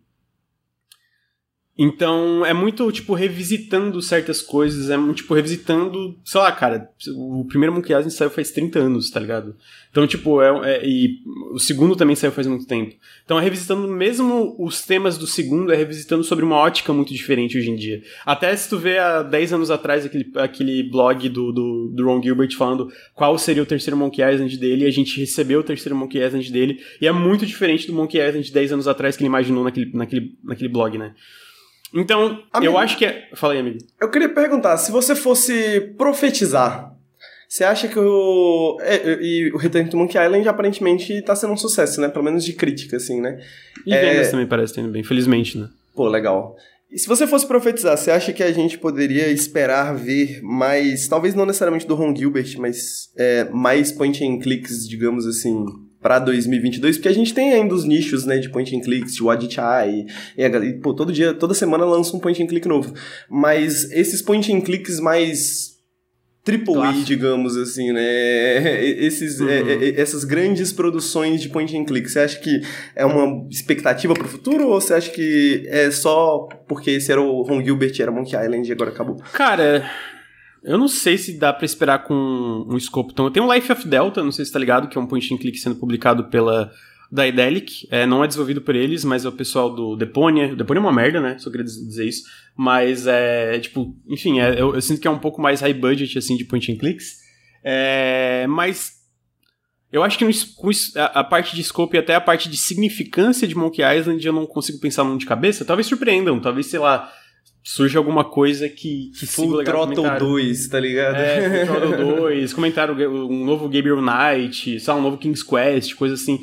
Então, é muito, tipo, revisitando certas coisas, tipo, revisitando, sei lá, cara, o primeiro Monkey Island saiu faz 30 anos, tá ligado? Então, tipo, e o segundo também saiu faz muito tempo. Então, é revisitando mesmo os temas do segundo, é revisitando sobre uma ótica muito diferente hoje em dia. Até se tu vê há 10 anos atrás aquele blog do Ron Gilbert falando qual seria o terceiro Monkey Island dele, e a gente recebeu o terceiro Monkey Island dele, e é muito diferente do Monkey Island de 10 anos atrás que ele imaginou naquele blog, né? Então, amigo, eu acho que é... Fala aí, amigo. Eu queria perguntar, se você fosse profetizar Você acha que o Return to Monkey Island aparentemente tá sendo um sucesso, né? Pelo menos de crítica, assim, né? E vendas também parece tendo bem, felizmente, né? Pô, legal. E se você fosse profetizar, você acha que a gente poderia esperar ver mais, talvez não necessariamente do Ron Gilbert, mas mais point and clicks, digamos assim, pra 2022? Porque a gente tem ainda os nichos, né, de point and clicks, de Wadchai, e pô, toda semana lança um point and click novo. Mas esses point and clicks mais triple A, digamos assim, né? Essas grandes produções de point and click, você acha que é uma expectativa pro futuro ou você acha que é só porque esse era o Ron Gilbert, era Monkey Island e agora acabou? Cara, eu não sei se dá pra esperar com um escopo tão... Tem o Life of Delta, não sei se tá ligado, que é um point and click sendo publicado pela Daedalic, não é desenvolvido por eles, mas é o pessoal do Deponia. O Deponia é uma merda, né? Só queria dizer isso. Mas tipo, enfim, eu sinto que é um pouco mais high budget, assim, de point and clicks. Mas eu acho que a parte de scope e até a parte de significância de Monkey Island eu não consigo pensar num de cabeça. Talvez surpreendam, talvez, sei lá, surja alguma coisa que Full Throttle 2, tá ligado? Full Throttle 2, comentaram um novo Gabriel Knight, sei lá, um novo King's Quest, coisa assim.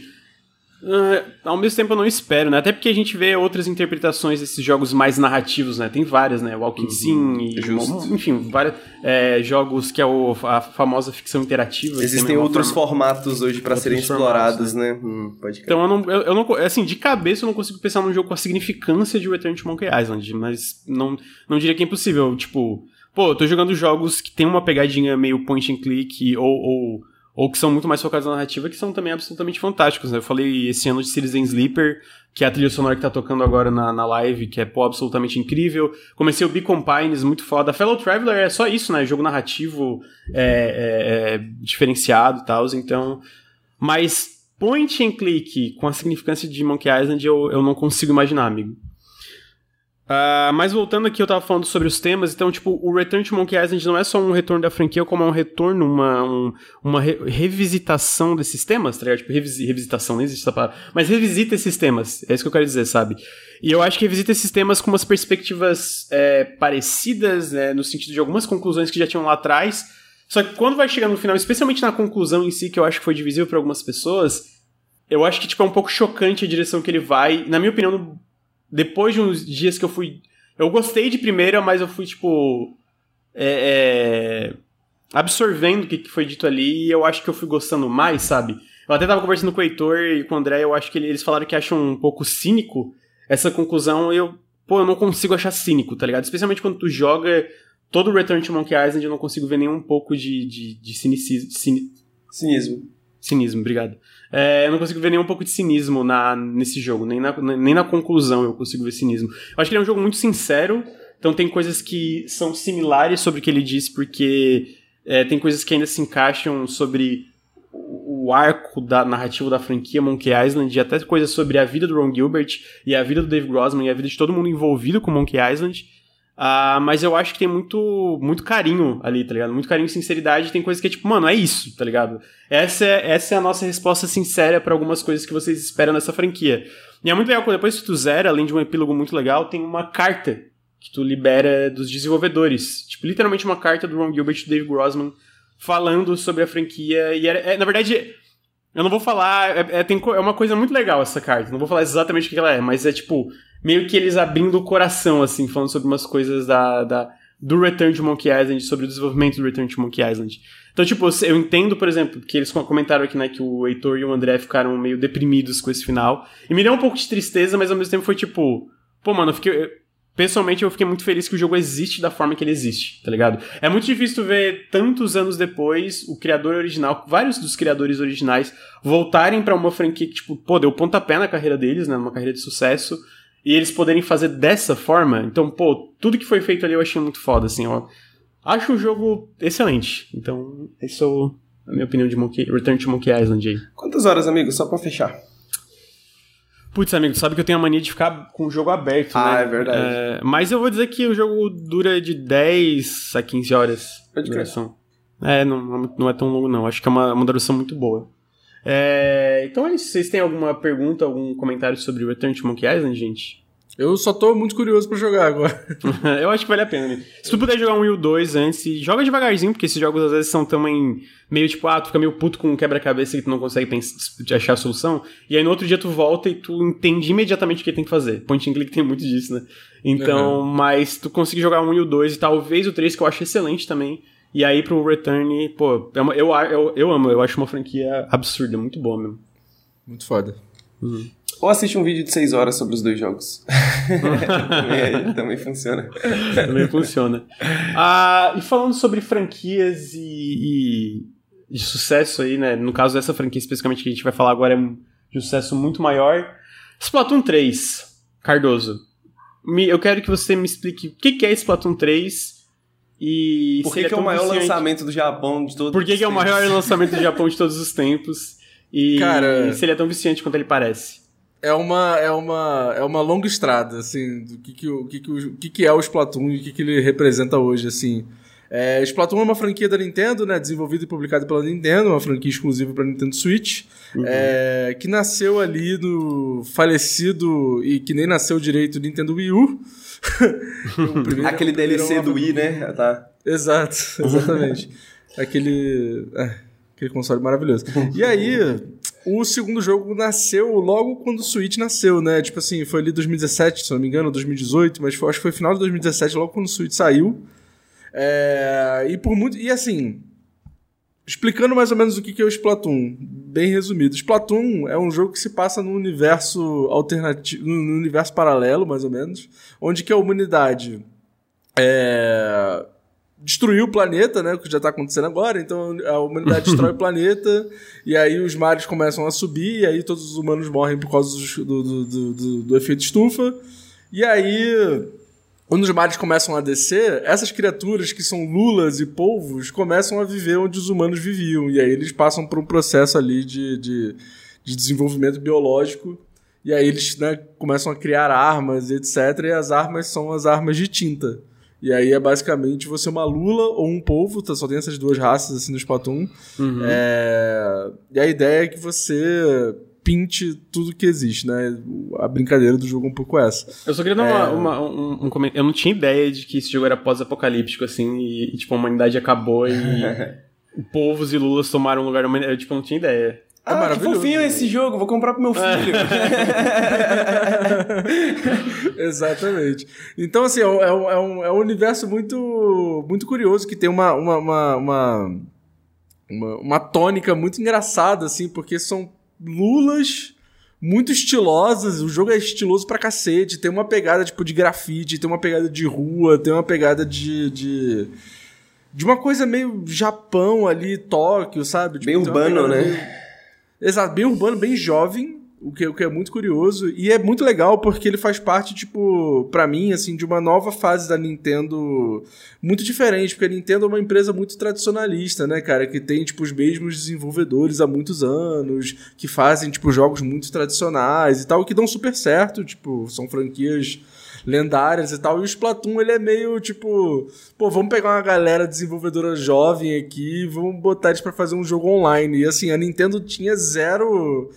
Ao mesmo tempo eu não espero, né? Até porque a gente vê outras interpretações desses jogos mais narrativos, né? Tem várias, né? Walking Sim e... Enfim, vários jogos que é a famosa ficção interativa. Existem outros formatos hoje pra serem explorados, né? Pode crer. Então eu não... Assim, de cabeça eu não consigo pensar num jogo com a significância de Return to Monkey Island, mas não diria que é impossível. Tipo, pô, eu tô jogando jogos que tem uma pegadinha meio point and click ou que são muito mais focados na narrativa, que são também absolutamente fantásticos, né? Eu falei esse ano de Citizen Sleeper, que é a trilha sonora que tá tocando agora na live, que é, pô, absolutamente incrível. Comecei o Beacon Pines, muito foda. Fellow Traveler é só isso, né? Jogo narrativo diferenciado e tal, então... Mas point and click com a significância de Monkey Island eu não consigo imaginar, amigo. Mas voltando aqui, eu tava falando sobre os temas, então, tipo, o Return to Monkey Island não é só um retorno da franquia, como é um retorno, uma revisitação desses temas, tá ligado? Tipo, revisitação, não existe essa palavra, mas revisita esses temas, é isso que eu quero dizer, sabe? E eu acho que revisita esses temas com umas perspectivas parecidas, né, no sentido de algumas conclusões que já tinham lá atrás, só que quando vai chegar no final, especialmente na conclusão em si, que eu acho que foi divisível pra algumas pessoas, eu acho que, tipo, é um pouco chocante a direção que ele vai, na minha opinião, depois de uns dias que eu fui... Eu gostei de primeira, mas eu fui, tipo... absorvendo o que foi dito ali, e eu acho que eu fui gostando mais, sabe? Eu até tava conversando com o Heitor e com o André, eu acho que eles falaram que acham um pouco cínico essa conclusão, e eu não consigo achar cínico, tá ligado? Especialmente quando tu joga todo o Return to Monkey Island, eu não consigo ver nenhum pouco de cinismo, obrigado. Eu não consigo ver nenhum pouco de cinismo nesse jogo, nem na conclusão eu consigo ver cinismo. Eu acho que ele é um jogo muito sincero, então tem coisas que são similares sobre o que ele disse, porque tem coisas que ainda se encaixam sobre o arco narrativo da franquia Monkey Island, e até coisas sobre a vida do Ron Gilbert, e a vida do Dave Grossman, e a vida de todo mundo envolvido com Monkey Island. Mas eu acho que tem muito, muito carinho ali, tá ligado? Muito carinho e sinceridade. Tem coisa que é tipo, mano, é isso, tá ligado? Essa é a nossa resposta sincera pra algumas coisas que vocês esperam nessa franquia. E é muito legal, depois que tu zera, além de um epílogo muito legal, tem uma carta que tu libera dos desenvolvedores. Tipo, literalmente uma carta do Ron Gilbert e do Dave Grossman falando sobre a franquia. E na verdade, eu não vou falar... É uma coisa muito legal essa carta. Não vou falar exatamente o que ela é, mas é tipo... meio que eles abrindo o coração, assim, falando sobre umas coisas do Return to Monkey Island, sobre o desenvolvimento do Return to Monkey Island. Então, tipo, eu entendo, por exemplo, que eles comentaram aqui, né, que o Heitor e o André ficaram meio deprimidos com esse final. E me deu um pouco de tristeza, mas ao mesmo tempo foi tipo... Pô, mano, pessoalmente eu fiquei muito feliz que o jogo existe da forma que ele existe, tá ligado? É muito difícil tu ver, tantos anos depois, o criador original, vários dos criadores originais, voltarem pra uma franquia que, tipo, pô, deu pontapé na carreira deles, né, numa carreira de sucesso... E eles poderem fazer dessa forma. Então, pô, tudo que foi feito ali eu achei muito foda, assim, ó. Acho o jogo excelente. Então, essa é a minha opinião de Return to Monkey Island aí. Quantas horas, amigo? Só pra fechar. Putz, amigo, tu sabe que eu tenho a mania de ficar com o jogo aberto, né? É verdade. Mas eu vou dizer que o jogo dura de 10 a 15 horas de duração. Não é tão longo, não. Acho que é uma duração muito boa. Então é isso. Vocês têm alguma pergunta, algum comentário sobre o Return to Monkey Island, gente? Eu só tô muito curioso pra jogar agora. Eu acho que vale a pena, né? Se tu puder jogar um e o 2 antes, joga devagarzinho, porque esses jogos às vezes são também meio tipo, tu fica meio puto com um quebra-cabeça que tu não consegue achar a solução, e aí no outro dia tu volta e tu entende imediatamente o que tem que fazer. Point and click tem muito disso, né? Então, mas tu consegue jogar um e o 2 e talvez o 3, que eu acho excelente também, e aí pro Return, pô, eu amo, eu acho uma franquia absurda, muito boa mesmo. Muito foda. Ou assiste um vídeo de 6 horas sobre os 2 jogos. também funciona. Também funciona. E falando sobre franquias e de sucesso aí, né? No caso dessa franquia especificamente que a gente vai falar agora é de um sucesso muito maior. Splatoon 3, Cardoso. Eu quero que você me explique o que é Splatoon 3 e... Por que é o maior lançamento do Japão de todos os tempos? Por que é o maior lançamento do Japão de todos os tempos? E cara, se ele é tão viciante quanto ele parece. É uma longa estrada, assim, do que é o Splatoon e o que ele representa hoje, assim. Splatoon é uma franquia da Nintendo, né, desenvolvida e publicada pela Nintendo, uma franquia exclusiva para Nintendo Switch, que nasceu ali no falecido e que nem nasceu direito Nintendo Wii U. Aquele DLC do Wii, né? Tá. Exato, exatamente. aquele console maravilhoso. E aí, o segundo jogo nasceu logo quando o Switch nasceu, né? Tipo assim, foi ali 2017, se não me engano, 2018, mas acho que foi final de 2017, logo quando o Switch saiu. E assim, explicando mais ou menos o que é o Splatoon, bem resumido. Splatoon é um jogo que se passa num universo alternativo, num universo paralelo, mais ou menos, onde que a humanidade destruiu o planeta, né, o que já tá acontecendo agora, então a humanidade destrói o planeta, e aí os mares começam a subir, e aí todos os humanos morrem por causa do efeito estufa, e aí quando os mares começam a descer, essas criaturas que são lulas e polvos começam a viver onde os humanos viviam, e aí eles passam por um processo ali de desenvolvimento biológico, e aí eles, né, começam a criar armas, etc, e as armas são as armas de tinta. E aí é basicamente você uma lula ou um polvo, só tem essas duas raças assim no Splatoon. E a ideia é que você pinte tudo que existe, né? A brincadeira do jogo é um pouco essa. Eu só queria dar um comentário. Eu não tinha ideia de que esse jogo era pós-apocalíptico, assim, e tipo, a humanidade acabou e povos e lulas tomaram o lugar da humanidade. Eu, tipo, não tinha ideia. Que fofinho esse jogo, vou comprar pro meu filho. Exatamente. Então, assim, é um universo muito, muito curioso, que tem uma tônica muito engraçada, assim, porque são lulas muito estilosas, o jogo é estiloso pra cacete, tem uma pegada, tipo, de grafite, tem uma pegada de rua, tem uma pegada de uma coisa meio Japão ali, Tóquio, sabe? Tipo, bem urbano, né? Exato, bem urbano, bem jovem, o que é muito curioso, e é muito legal porque ele faz parte, tipo, pra mim, assim, de uma nova fase da Nintendo muito diferente, porque a Nintendo é uma empresa muito tradicionalista, né, cara, que tem, tipo, os mesmos desenvolvedores há muitos anos, que fazem, tipo, jogos muito tradicionais e tal, que dão super certo, tipo, são franquias lendárias e tal, e o Splatoon, ele é meio, tipo, vamos pegar uma galera desenvolvedora jovem aqui e vamos botar eles pra fazer um jogo online. E assim, a Nintendo tinha zero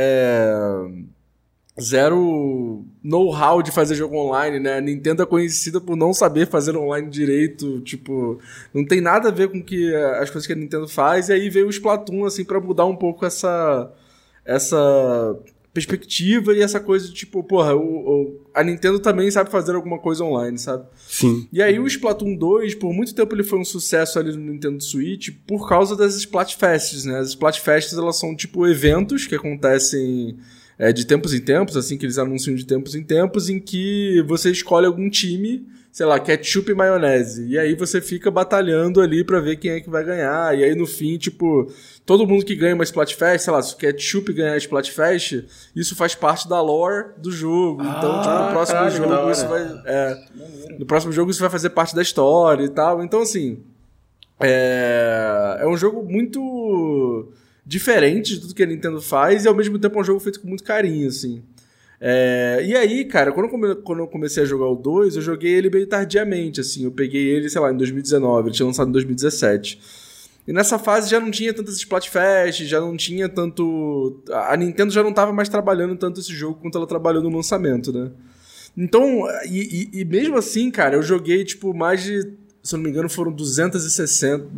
know-how de fazer jogo online, né? A Nintendo é conhecida por não saber fazer online direito, tipo, não tem nada a ver com as coisas que a Nintendo faz, e aí veio o Splatoon, assim, pra mudar um pouco essa perspectiva e essa coisa de, tipo, a Nintendo também sabe fazer alguma coisa online, sabe? Sim. E aí o Splatoon 2, por muito tempo ele foi um sucesso ali no Nintendo Switch por causa das Splatfests, né? As Splatfests, elas são, tipo, eventos que acontecem de tempos em tempos, assim, que eles anunciam de tempos em tempos, em que você escolhe algum time, sei lá, ketchup e maionese, e aí você fica batalhando ali pra ver quem é que vai ganhar, e aí no fim, tipo, todo mundo que ganha uma Splatfest, sei lá, se o ketchup ganhar a Splatfest, isso faz parte da lore do jogo, então, tipo, no próximo jogo isso vai... no próximo jogo isso vai fazer parte da história e tal, então, assim, é um jogo muito diferente de tudo que a Nintendo faz, e ao mesmo tempo é um jogo feito com muito carinho, assim. E aí, cara, quando eu comecei a jogar o 2, eu joguei ele meio tardiamente, assim, eu peguei ele, sei lá, em 2019, ele tinha lançado em 2017. E nessa fase já não tinha tantas Splatfest, já não tinha tanto... A Nintendo já não tava mais trabalhando tanto esse jogo quanto ela trabalhou no lançamento, né? Então, e mesmo assim, cara, eu joguei, tipo, mais de, se eu não me engano, foram 220,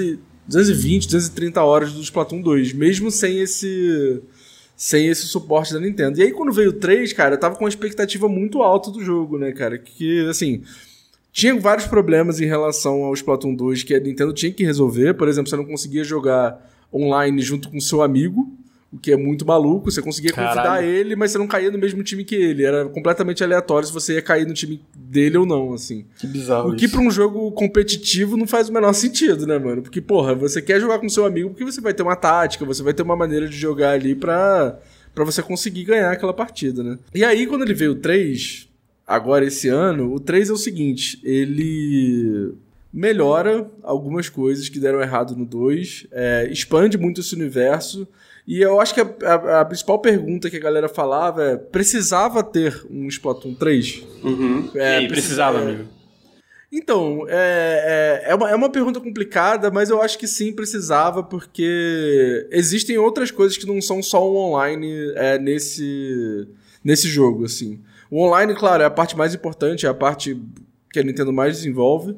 230 horas do Splatoon 2, mesmo sem esse suporte da Nintendo. E aí, quando veio o 3, cara, eu tava com uma expectativa muito alta do jogo, né, cara? Que, assim, tinha vários problemas em relação ao Splatoon 2 que a Nintendo tinha que resolver. Por exemplo, você não conseguia jogar online junto com seu amigo, o que é muito maluco. Você conseguia convidar ele, mas você não caía no mesmo time que ele. Era completamente aleatório se você ia cair no time dele ou não, assim. Que bizarro. O que pra um jogo competitivo não faz o menor sentido, né, mano? Porque, porra, você quer jogar com seu amigo porque você vai ter uma tática, você vai ter uma maneira de jogar ali pra você conseguir ganhar aquela partida, né? E aí, quando ele veio o 3, agora esse ano, o 3 é o seguinte, ele melhora algumas coisas que deram errado no 2, expande muito esse universo. E eu acho que a principal pergunta que a galera falava é: precisava ter um Splatoon 3? Uhum. Precisava, amigo. Então, é uma pergunta complicada, mas eu acho que sim, precisava, porque existem outras coisas que não são só o online nesse jogo, assim. O online, claro, é a parte mais importante, é a parte que a Nintendo mais desenvolve.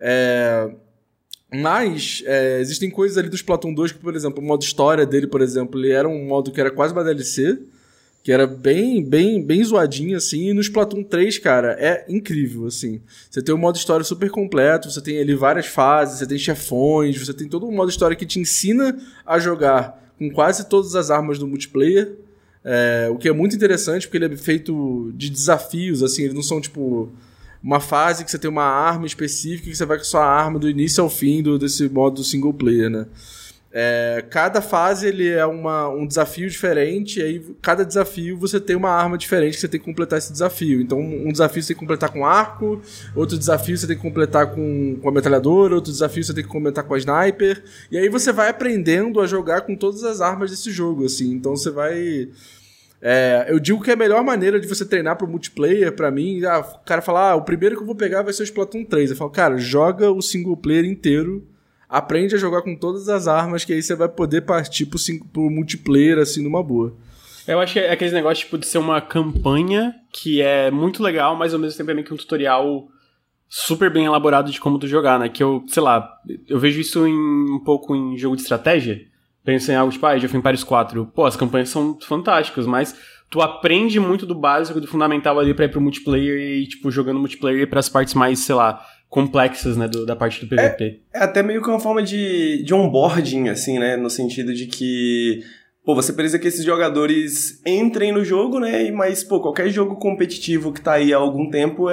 Mas existem coisas ali do Splatoon 2 que, por exemplo, o modo história dele, por exemplo, ele era um modo que era quase uma DLC, que era bem zoadinho, assim, e no Splatoon 3, cara, é incrível, assim. Você tem um modo história super completo, você tem ali várias fases, você tem chefões, você tem todo um modo história que te ensina a jogar com quase todas as armas do multiplayer, o que é muito interessante, porque ele é feito de desafios, assim, eles não são, tipo, uma fase que você tem uma arma específica que você vai com a sua arma do início ao fim desse modo single player, né? Cada fase ele é um desafio diferente, e aí cada desafio você tem uma arma diferente que você tem que completar esse desafio. Então um desafio você tem que completar com arco, outro desafio você tem que completar com a metralhadora, outro desafio você tem que completar com a sniper, e aí você vai aprendendo a jogar com todas as armas desse jogo, assim. Então você vai... eu digo que a melhor maneira de você treinar pro multiplayer, pra mim, o cara fala, o primeiro que eu vou pegar vai ser o Splatoon 3. Eu falo, cara, joga o single player inteiro, aprende a jogar com todas as armas, que aí você vai poder partir pro multiplayer, assim, numa boa. Eu acho que é aquele negócio, tipo, de ser uma campanha que é muito legal, mas ao mesmo tempo é meio que um tutorial super bem elaborado de como tu jogar, né? Que eu, sei lá, eu vejo isso um pouco em jogo de estratégia. Pensa em algo tipo, Age of Empires 4. Pô, as campanhas são fantásticas, mas tu aprende muito do básico, do fundamental ali pra ir pro multiplayer e, tipo, jogando multiplayer pras partes mais, sei lá, complexas, né, da parte do PVP. É até meio que uma forma de onboarding, assim, né, no sentido de que, pô, você precisa que esses jogadores entrem no jogo, né, mas, pô, qualquer jogo competitivo que tá aí há algum tempo é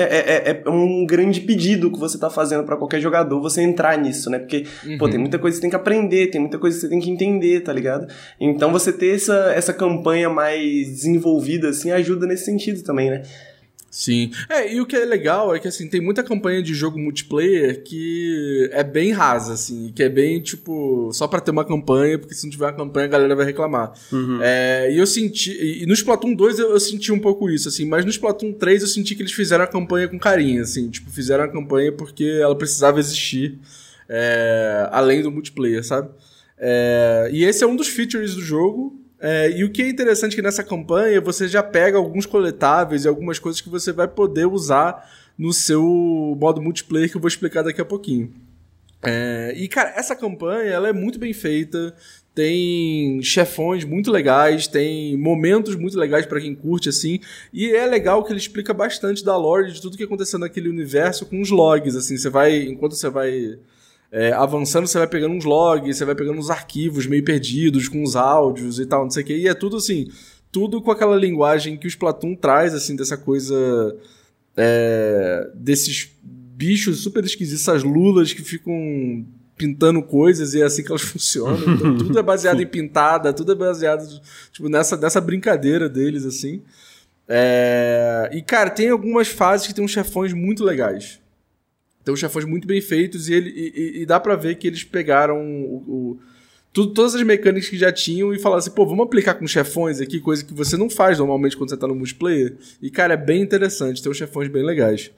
um grande pedido que você tá fazendo pra qualquer jogador, você entrar nisso, né, porque, pô, tem muita coisa que você tem que aprender, tem muita coisa que você tem que entender, tá ligado? Então você ter essa campanha mais desenvolvida, assim, ajuda nesse sentido também, né? Sim. E o que é legal é que, assim, tem muita campanha de jogo multiplayer que é bem rasa, assim, que é bem, tipo, só pra ter uma campanha, porque se não tiver uma campanha a galera vai reclamar. Uhum. E eu senti... E no Splatoon 2 eu senti um pouco isso, assim, mas no Splatoon 3 eu senti que eles fizeram a campanha com carinho, assim, tipo, fizeram a campanha porque ela precisava existir além do multiplayer, sabe? E esse é um dos features do jogo. E o que é interessante é que nessa campanha você já pega alguns coletáveis e algumas coisas que você vai poder usar no seu modo multiplayer, que eu vou explicar daqui a pouquinho. E, cara, essa campanha ela é muito bem feita, tem chefões muito legais, tem momentos muito legais pra quem curte, assim, e é legal que ele explica bastante da lore de tudo que aconteceu naquele universo com os logs, assim, enquanto você vai... avançando, você vai pegando uns logs, você vai pegando uns arquivos meio perdidos, com uns áudios e tal, não sei o que, e é tudo assim, tudo com aquela linguagem que o Splatoon traz, assim, dessa coisa desses bichos super esquisitos, essas lulas que ficam pintando coisas e é assim que elas funcionam, então tudo é baseado em pintada, tudo é baseado, tipo, nessa brincadeira deles, assim. E, cara, tem algumas fases que tem uns chefões muito legais. Tem uns chefões muito bem feitos e dá pra ver que eles pegaram todas as mecânicas que já tinham e falaram assim, pô, vamos aplicar com chefões aqui, coisa que você não faz normalmente quando você tá no multiplayer. E, cara, é bem interessante, tem uns chefões bem legais.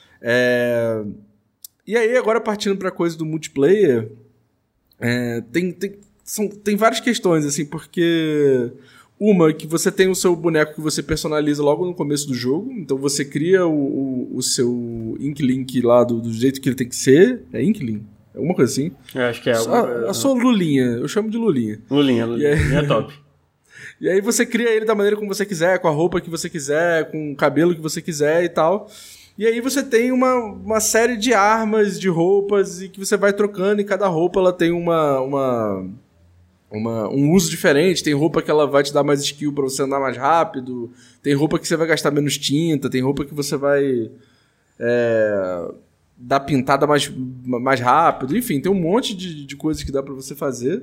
E aí, agora partindo pra coisa do multiplayer, tem várias questões, assim, porque Uma, que você tem o seu boneco que você personaliza logo no começo do jogo. Então você cria o seu Inklink lá do jeito que ele tem que ser. É Inkling? Alguma coisa assim. Eu acho que é a sua Lulinha. Eu chamo de Lulinha. Lulinha é top. E aí você cria ele da maneira como você quiser, com a roupa que você quiser, com o cabelo que você quiser e tal. E aí você tem uma série de armas, de roupas, e que você vai trocando, e cada roupa ela tem um uso diferente. Tem roupa que ela vai te dar mais skill pra você andar mais rápido, tem roupa que você vai gastar menos tinta, tem roupa que você vai dar pintada mais rápido, enfim, tem um monte de coisas que dá pra você fazer.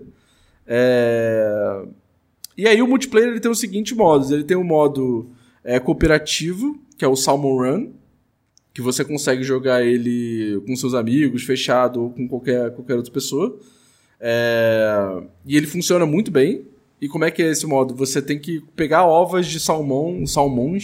E aí o multiplayer ele tem os seguintes modos. Ele tem o modo cooperativo, que é o Salmon Run, que você consegue jogar ele com seus amigos, fechado, ou com qualquer outra pessoa. E ele funciona muito bem. E como é que é esse modo? Você tem que pegar ovas de salmões?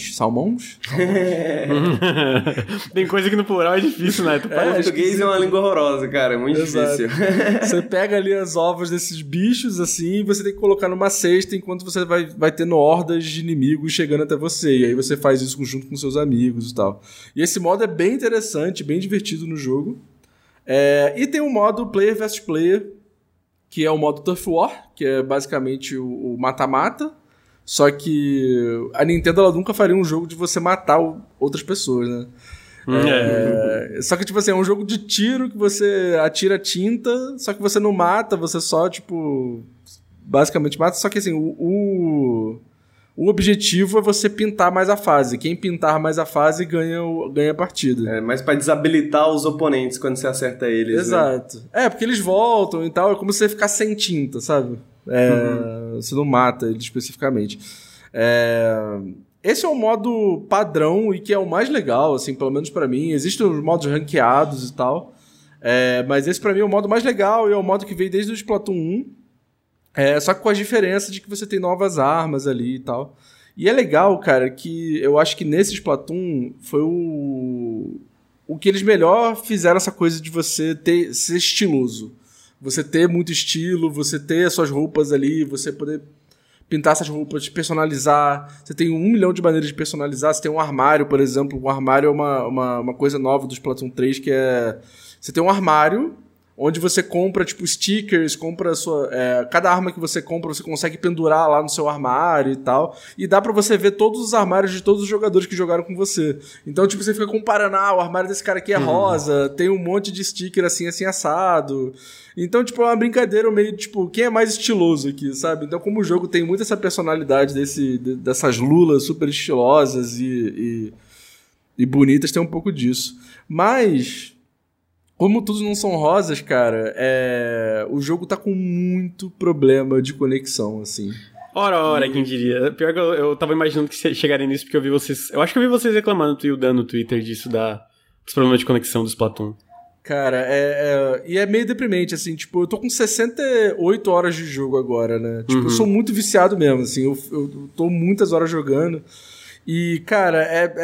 Tem coisa que no plural é difícil, né? O português é uma língua horrorosa, cara. É muito difícil. Você pega ali as ovas desses bichos, assim, e você tem que colocar numa cesta enquanto você vai tendo hordas de inimigos chegando até você. E aí você faz isso junto com seus amigos e tal. E esse modo é bem interessante, bem divertido no jogo. E tem o modo Player vs Player, que é o modo Turf War, que é basicamente o mata-mata, só que a Nintendo ela nunca faria um jogo de você matar outras pessoas, né? Só que, tipo assim, é um jogo de tiro que você atira tinta, só que você não mata, você só, tipo, basicamente mata, só que assim, o objetivo é você pintar mais a fase. Quem pintar mais a fase ganha a partida. Mas pra desabilitar os oponentes quando você acerta eles. Exato. Né? Porque eles voltam e tal. É como se você ficar sem tinta, sabe? Você não mata ele especificamente. Esse é o modo padrão e que é o mais legal, assim, pelo menos pra mim. Existem os modos ranqueados e tal. Mas esse pra mim é o modo mais legal e é o modo que veio desde o Splatoon 1. Só que com a diferença de que você tem novas armas ali e tal. E é legal, cara, que eu acho que nesse Splatoon foi o que eles melhor fizeram essa coisa de você ser estiloso. Você ter muito estilo, você ter as suas roupas ali, você poder pintar essas roupas, personalizar. Você tem 1 milhão de maneiras de personalizar. Você tem um armário, por exemplo. O armário é uma coisa nova do Splatoon 3, que é... Você tem um armário onde você compra, tipo, stickers, compra a sua... cada arma que você compra, você consegue pendurar lá no seu armário e tal. E dá pra você ver todos os armários de todos os jogadores que jogaram com você. Então, tipo, você fica comparando, o armário desse cara aqui é rosa, tem um monte de sticker assim assado. Então, tipo, é uma brincadeira meio, tipo, quem é mais estiloso aqui, sabe? Então, como o jogo tem muito essa personalidade dessas lulas super estilosas e bonitas, tem um pouco disso. Mas... como tudo não são rosas, cara, o jogo tá com muito problema de conexão, assim. Ora, quem diria. Pior que eu tava imaginando que chegaria nisso, porque eu vi vocês... Eu acho que eu vi vocês reclamando e dando no Twitter disso, dos problemas de conexão do Splatoon. Cara, e é meio deprimente, assim, tipo, eu tô com 68 horas de jogo agora, né? Tipo, eu sou muito viciado mesmo, assim, eu tô muitas horas jogando. E, cara,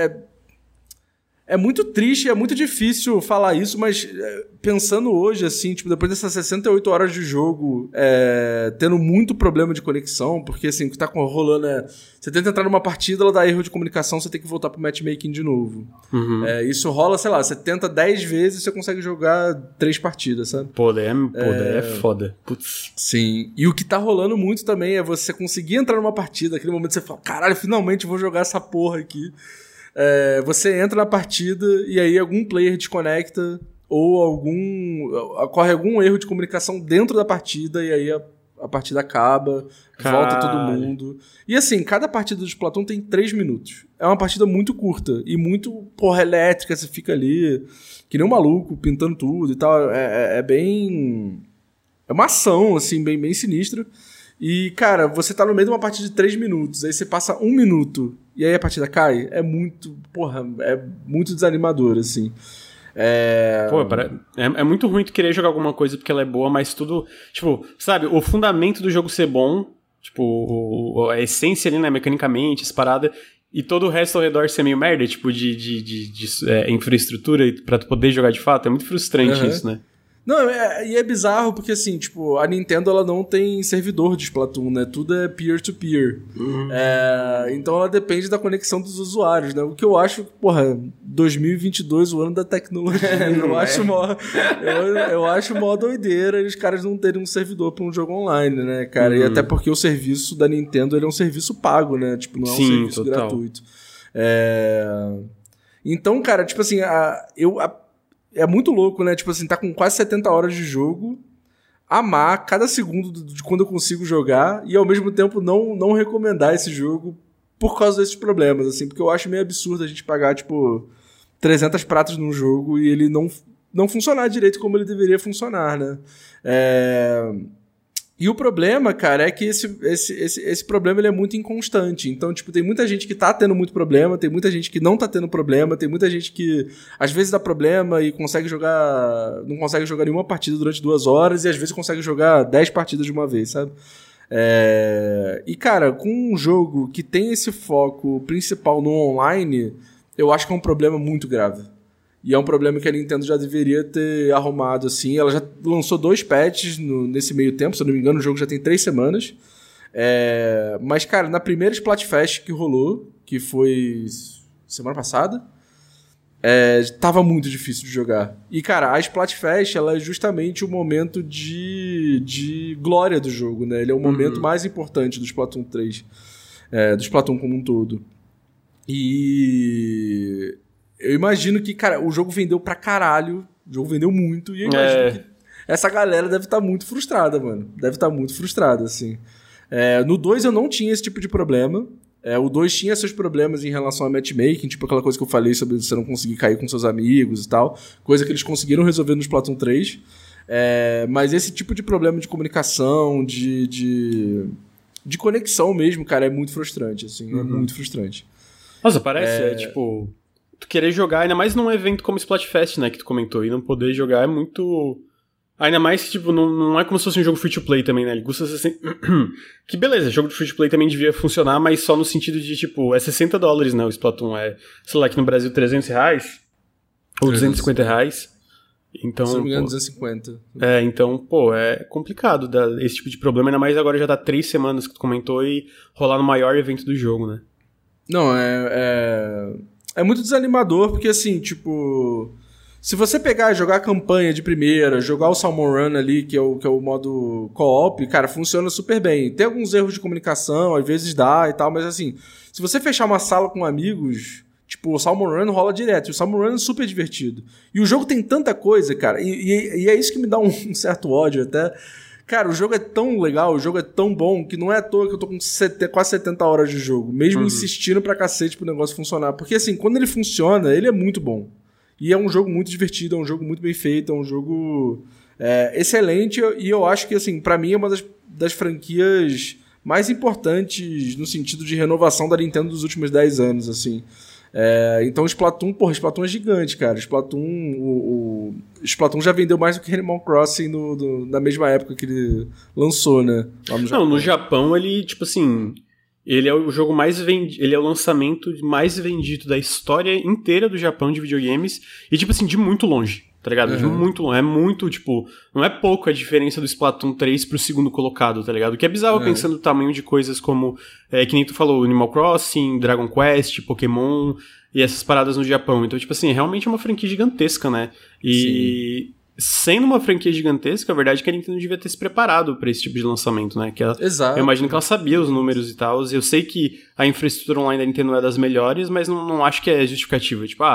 é muito triste, é muito difícil falar isso, mas pensando hoje, assim, tipo, depois dessas 68 horas de jogo, tendo muito problema de conexão, porque, assim, o que tá rolando você tenta entrar numa partida, ela dá erro de comunicação, você tem que voltar pro matchmaking de novo. Isso rola, sei lá, você tenta 10 vezes e você consegue jogar 3 partidas, sabe? Daí é foda. Putz. Sim. E o que tá rolando muito também é você conseguir entrar numa partida, aquele momento que você fala, caralho, finalmente vou jogar essa porra aqui. Você entra na partida e aí algum player desconecta ou ocorre algum erro de comunicação dentro da partida e aí a partida acaba, volta todo mundo. E assim, cada partida do Splatoon tem 3 minutos. É uma partida muito curta e muito elétrica, você fica ali que nem um maluco, pintando tudo e tal. É bem... é uma ação, assim, bem, bem sinistra. E, cara, você tá no meio de uma partida de 3 minutos, aí você passa 1 minuto e aí a partida cai. É muito desanimador, assim. É muito ruim tu querer jogar alguma coisa porque ela é boa, mas tudo... Tipo, sabe, o fundamento do jogo ser bom, tipo, a essência ali, né, mecanicamente, essa parada, e todo o resto ao redor ser meio merda, tipo, de infraestrutura pra tu poder jogar de fato, é muito frustrante isso, né? Não, e é bizarro porque, assim, tipo, a Nintendo, ela não tem servidor de Splatoon, né? Tudo é peer-to-peer. Então ela depende da conexão dos usuários, né? O que eu acho, porra, 2022, o ano da tecnologia, eu acho mó doideira os caras não terem um servidor pra um jogo online, né, cara? E até porque o serviço da Nintendo, ele é um serviço pago, né? Tipo, não é um serviço gratuito. Então, cara, tipo assim, é muito louco, né? Tipo assim, tá com quase 70 horas de jogo, amar cada segundo de quando eu consigo jogar e ao mesmo tempo não recomendar esse jogo por causa desses problemas, assim, porque eu acho meio absurdo a gente pagar, tipo, 300 pratas num jogo e ele não funcionar direito como ele deveria funcionar, né? E o problema, cara, é que esse problema ele é muito inconstante. Então, tipo, tem muita gente que tá tendo muito problema, tem muita gente que não tá tendo problema, tem muita gente que às vezes dá problema e não consegue jogar nenhuma partida durante 2 horas e às vezes consegue jogar 10 partidas de uma vez, sabe? E, cara, com um jogo que tem esse foco principal no online, eu acho que é um problema muito grave. E é um problema que a Nintendo já deveria ter arrumado, assim. Ela já lançou 2 patches nesse meio tempo, se eu não me engano, o jogo já tem 3 semanas. Mas, cara, na primeira Splatfest que rolou, que foi semana passada, tava muito difícil de jogar. E, cara, a Splatfest, ela é justamente o momento de glória do jogo, né? Ele é o momento mais importante do Splatoon 3. Do Splatoon como um todo. E eu imagino que, cara, o jogo vendeu pra caralho. O jogo vendeu muito. E eu imagino que essa galera deve estar muito frustrada, mano. Deve estar muito frustrada, assim. No 2 eu não tinha esse tipo de problema. O 2 tinha seus problemas em relação a matchmaking, tipo aquela coisa que eu falei sobre você não conseguir cair com seus amigos e tal. Coisa que eles conseguiram resolver no Splatoon 3. Mas esse tipo de problema de comunicação, de conexão mesmo, cara, é muito frustrante, assim. É muito frustrante. Nossa, parece, tipo... Tu querer jogar, ainda mais num evento como Splatfest, né, que tu comentou, e não poder jogar é muito... Ainda mais que, tipo, não é como se fosse um jogo free-to-play também, né, ele custa 60... Que beleza, jogo de free-to-play também devia funcionar, mas só no sentido de, tipo, $60, né, o Splatoon sei lá, aqui no Brasil R$300, ou R$250. Então, se não me engano, 250. Então, é complicado esse tipo de problema, ainda mais agora já dá 3 semanas que tu comentou e rolar no maior evento do jogo, né. Não, é muito desanimador, porque assim, tipo... Se você pegar e jogar a campanha de primeira, jogar o Salmon Run ali, que é o modo co-op, cara, funciona super bem. Tem alguns erros de comunicação, às vezes dá e tal, mas assim, se você fechar uma sala com amigos, tipo, o Salmon Run rola direto. E o Salmon Run é super divertido. E o jogo tem tanta coisa, cara, e é isso que me dá um certo ódio até... Cara, o jogo é tão legal, o jogo é tão bom, que não é à toa que eu tô com quase 70 horas de jogo, mesmo insistindo pra cacete pro negócio funcionar. Porque assim, quando ele funciona, ele é muito bom. E é um jogo muito divertido, é um jogo muito bem feito, é um jogo excelente, e eu acho que, assim, pra mim é uma das franquias mais importantes no sentido de renovação da Nintendo dos últimos 10 anos, assim. Então o Splatoon é gigante, cara. O Splatoon já vendeu mais do que Animal Crossing na mesma época que ele lançou, né? Lá no Japão. Não, no Japão ele, tipo assim, ele é o jogo mais vendido, ele é o lançamento mais vendido da história inteira do Japão de videogames e, tipo assim, de muito longe, tá ligado? De muito longe, é muito, tipo, não é pouco a diferença do Splatoon 3 pro segundo colocado, tá ligado? O que é bizarro pensando no tamanho de coisas como, que nem tu falou, Animal Crossing, Dragon Quest, Pokémon e essas paradas no Japão. Então, tipo assim, realmente é uma franquia gigantesca, né? E... Sim. Sendo uma franquia gigantesca, a verdade é que a Nintendo devia ter se preparado pra esse tipo de lançamento, né? Exato. Eu imagino que ela sabia os números e tal. Eu sei que a infraestrutura online da Nintendo é das melhores, mas não acho que é justificativa. Tipo,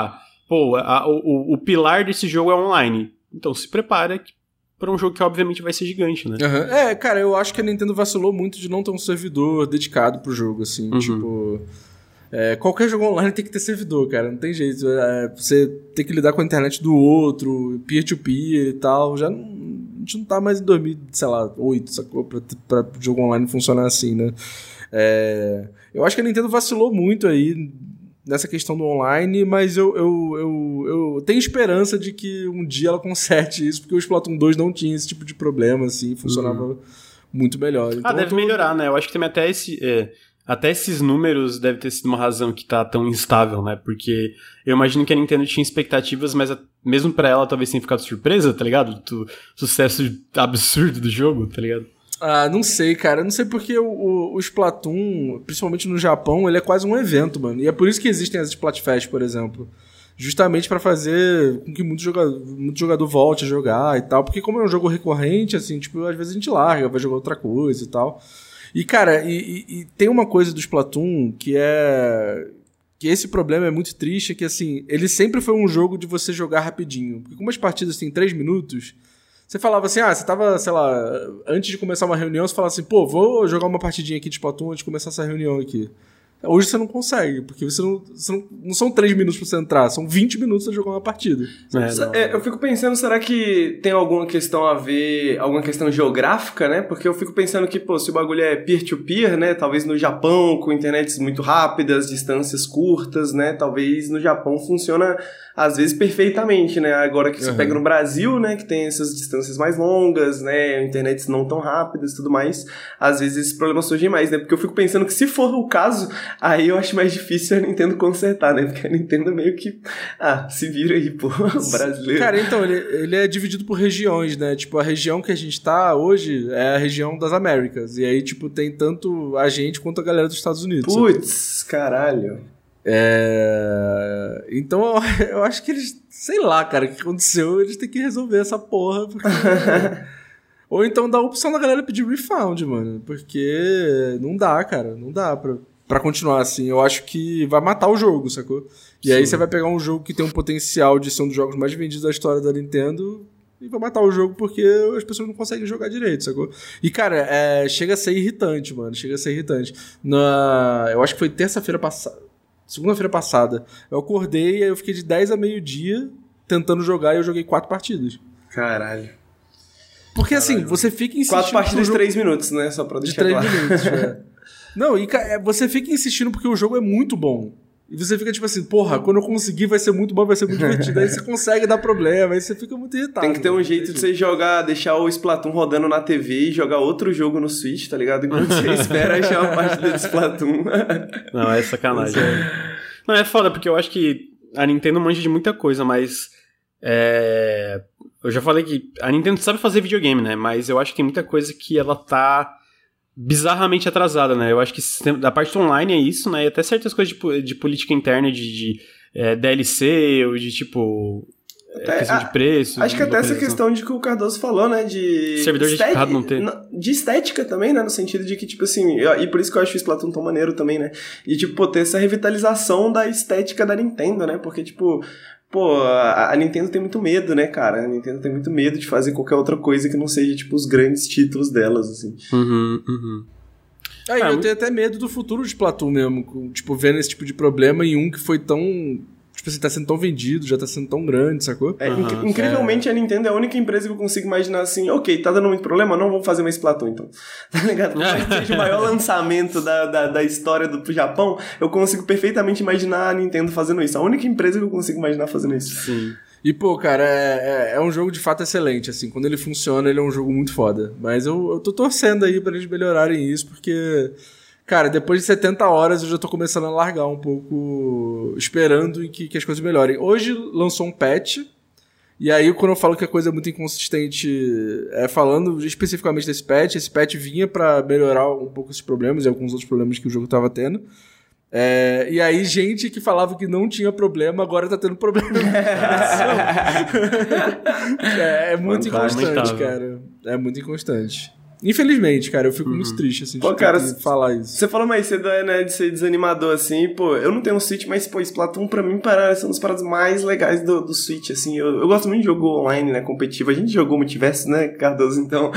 o pilar desse jogo é online. Então se prepara pra um jogo que obviamente vai ser gigante, né? Cara, eu acho que a Nintendo vacilou muito de não ter um servidor dedicado pro jogo, assim. Tipo... qualquer jogo online tem que ter servidor, cara, não tem jeito. Você tem que lidar com a internet do outro, peer-to-peer e tal. A gente não tá mais em 2008, sacou? Pra jogo online funcionar assim, né? Eu acho que a Nintendo vacilou muito aí nessa questão do online, mas eu tenho esperança de que um dia ela conserte isso, porque o Splatoon 2 não tinha esse tipo de problema, assim, funcionava muito melhor. Então, deve melhorar, né? Eu acho que também até até esses números deve ter sido uma razão que tá tão instável, né? Porque eu imagino que a Nintendo tinha expectativas, mas mesmo pra ela talvez tenha ficado surpresa, tá ligado? Do sucesso absurdo do jogo, tá ligado? Ah, não sei, cara. Não sei porque o Splatoon, principalmente no Japão, ele é quase um evento, mano. E é por isso que existem as Splatfest, por exemplo. Justamente pra fazer com que muito jogador volte a jogar e tal. Porque como é um jogo recorrente, assim, tipo, às vezes a gente larga, vai jogar outra coisa e tal. E, cara, e tem uma coisa do Splatoon que é... que esse problema é muito triste, que, assim, ele sempre foi um jogo de você jogar rapidinho. Porque como as partidas têm 3 minutos... Você falava assim, você tava, sei lá, antes de começar uma reunião, você falava assim, pô, vou jogar uma partidinha aqui de Splatoon antes de começar essa reunião aqui. Hoje você não consegue, porque você não são 3 minutos pra você entrar, são 20 minutos pra jogar uma partida. Eu fico pensando, será que tem alguma questão a ver, alguma questão geográfica, né? Porque eu fico pensando que, pô, se o bagulho é peer-to-peer, né? Talvez no Japão, com internets muito rápidas, distâncias curtas, né? Talvez no Japão funciona, às vezes, perfeitamente, né? Agora que você pega no Brasil, né? Que tem essas distâncias mais longas, né? Internets não tão rápidas e tudo mais. Às vezes esses problemas surgem mais, né? Porque eu fico pensando que se for o caso... Aí eu acho mais difícil a Nintendo consertar, né? Porque a Nintendo meio que... se vira aí, pô, brasileiro. Cara, então, ele é dividido por regiões, né? Tipo, a região que a gente tá hoje é a região das Américas. E aí, tipo, tem tanto a gente quanto a galera dos Estados Unidos. Putz, caralho. Então, eu acho que eles... Sei lá, cara, o que aconteceu. Eles têm que resolver essa porra, porque... Ou então dá a opção da galera pedir refund, mano. Porque não dá, cara. Não dá pra continuar assim. Eu acho que vai matar o jogo, sacou? E Sim. Aí você vai pegar um jogo que tem um potencial de ser um dos jogos mais vendidos da história da Nintendo e vai matar o jogo porque as pessoas não conseguem jogar direito, sacou? E, cara, chega a ser irritante, mano. Chega a ser irritante. Eu acho que foi segunda-feira passada. Eu acordei e aí eu fiquei de 10 a meio-dia tentando jogar e eu joguei 4 partidas. Caralho. Porque, assim, você fica insistindo... 4 partidas de 3 minutos, né? Só pra deixar claro. De 3 minutos, Não, e você fica insistindo porque o jogo é muito bom. E você fica tipo assim, porra, quando eu conseguir vai ser muito bom, vai ser muito divertido. Aí você consegue dar problema, aí você fica muito irritado. Tem que ter um jeito de você deixar o Splatoon rodando na TV e jogar outro jogo no Switch, tá ligado? Enquanto você espera achar uma partida de Splatoon. Não, é sacanagem. Não, é foda, porque eu acho que a Nintendo manja de muita coisa, mas... Eu já falei que a Nintendo sabe fazer videogame, né? Mas eu acho que tem muita coisa que ela tá... bizarramente atrasada, né? Eu acho que da parte online é isso, né? E até certas coisas de política interna, de DLC, ou de tipo... questão de preço. Acho que até essa questão de que o Cardoso falou, né? De... servidor dedicado não ter. De estética também, né? No sentido de que, tipo assim... E por isso que eu acho o Splatoon tão maneiro também, né? E, tipo, ter essa revitalização da estética da Nintendo, né? Porque, tipo... Pô, a Nintendo tem muito medo, né, cara? A Nintendo tem muito medo de fazer qualquer outra coisa que não seja, tipo, os grandes títulos delas, assim. Eu tenho até medo do futuro de Splatoon mesmo. Tipo, vendo esse tipo de problema em um que foi tão... Tipo assim, tá sendo tão vendido, já tá sendo tão grande, sacou? Incrivelmente, a Nintendo é a única empresa que eu consigo imaginar assim, ok, tá dando muito problema, não vamos fazer mais Splatoon, então. Tá ligado? Por mais que seja o maior lançamento da história do Japão, eu consigo perfeitamente imaginar a Nintendo fazendo isso. A única empresa que eu consigo imaginar fazendo isso. Sim. E, pô, cara, é um jogo de fato excelente, assim. Quando ele funciona, ele é um jogo muito foda. Mas eu tô torcendo aí pra eles melhorarem isso, porque... Cara, depois de 70 horas eu já tô começando a largar um pouco, esperando que as coisas melhorem. Hoje lançou um patch, e aí quando eu falo que a coisa é muito inconsistente, falando especificamente desse patch, esse patch vinha pra melhorar um pouco esses problemas e alguns outros problemas que o jogo tava tendo. E aí gente que falava que não tinha problema, agora tá tendo problema. É muito inconstante, cara. É muito inconstante. Infelizmente, cara, eu fico muito triste, assim, de falar isso. Você falou mais cedo, né, de ser desanimador, assim, pô, eu não tenho um Switch, mas, pô, Splatoon pra mim parece uma das paradas mais legais do Switch, assim, eu gosto muito de jogo online, né, competitivo, a gente jogou Multiverso, né, Cardoso, então,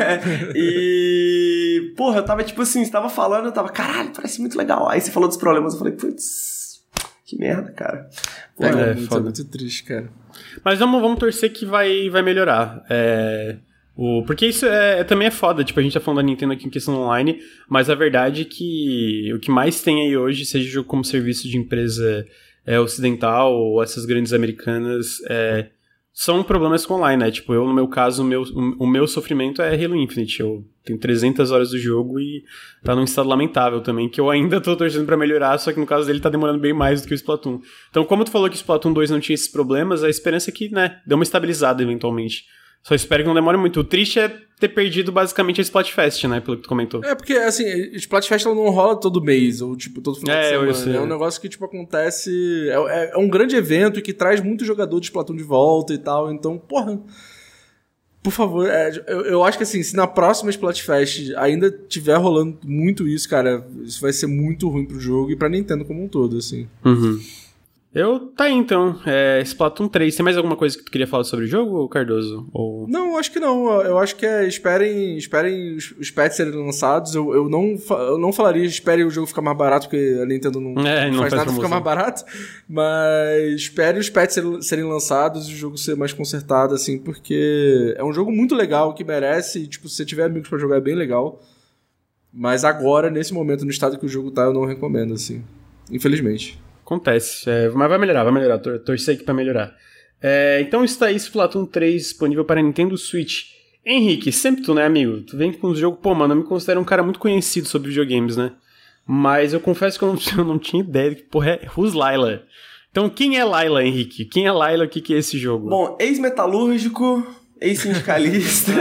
e, porra, eu tava, tipo assim, você tava falando, eu tava, caralho, parece muito legal, aí você falou dos problemas, eu falei, putz, que merda, cara. Pô, é muito triste, cara. Mas vamos torcer que vai melhorar, porque isso também é foda, tipo, a gente tá falando da Nintendo aqui em questão online, mas a verdade é que o que mais tem aí hoje, seja jogo como serviço de empresa ocidental ou essas grandes americanas, são problemas com online, né? Tipo, no meu caso, o meu sofrimento é Halo Infinite. Eu tenho 300 horas do jogo e tá num estado lamentável também, que eu ainda tô torcendo pra melhorar, só que no caso dele tá demorando bem mais do que o Splatoon. Então, como tu falou que o Splatoon 2 não tinha esses problemas, a esperança é que, né, dê uma estabilizada eventualmente. Só espero que não demore muito. O triste é ter perdido basicamente a Splatfest, né? Pelo que tu comentou. Porque, assim, a Splatfest ela não rola todo mês, ou, tipo, todo final de semana. É um negócio que, tipo, acontece... É um grande evento e que traz muito jogador de Splatoon de volta e tal. Então, porra... Por favor, eu acho que, assim, se na próxima Splatfest ainda tiver rolando muito isso, cara, isso vai ser muito ruim pro jogo e pra Nintendo como um todo, assim. Uhum. Tá aí, então. Splatoon 3. Tem mais alguma coisa que tu queria falar sobre o jogo, Cardoso? Ou... Não, acho que não. Eu acho que esperem os patches serem lançados. Eu não falaria esperem o jogo ficar mais barato, porque a Nintendo não faz nada ficar mais barato. Mas espere os patches serem lançados e o jogo ser mais consertado, assim, porque é um jogo muito legal, que merece. Tipo, se você tiver amigos pra jogar, é bem legal. Mas agora, nesse momento, no estado que o jogo tá, eu não recomendo, assim. Infelizmente. Acontece, mas vai melhorar, torcer aqui pra melhorar. Então está aí Splatoon 3 disponível para Nintendo Switch. Henrique, sempre tu, né, amigo? Tu vem com os jogos, pô, mano, eu me considero um cara muito conhecido sobre videogames, né? Mas eu confesso que eu não tinha ideia de que porra é Who's Layla. Então quem é Layla, Henrique? Quem é Layla, o que é esse jogo? Bom, ex-metalúrgico... ex-sindicalista,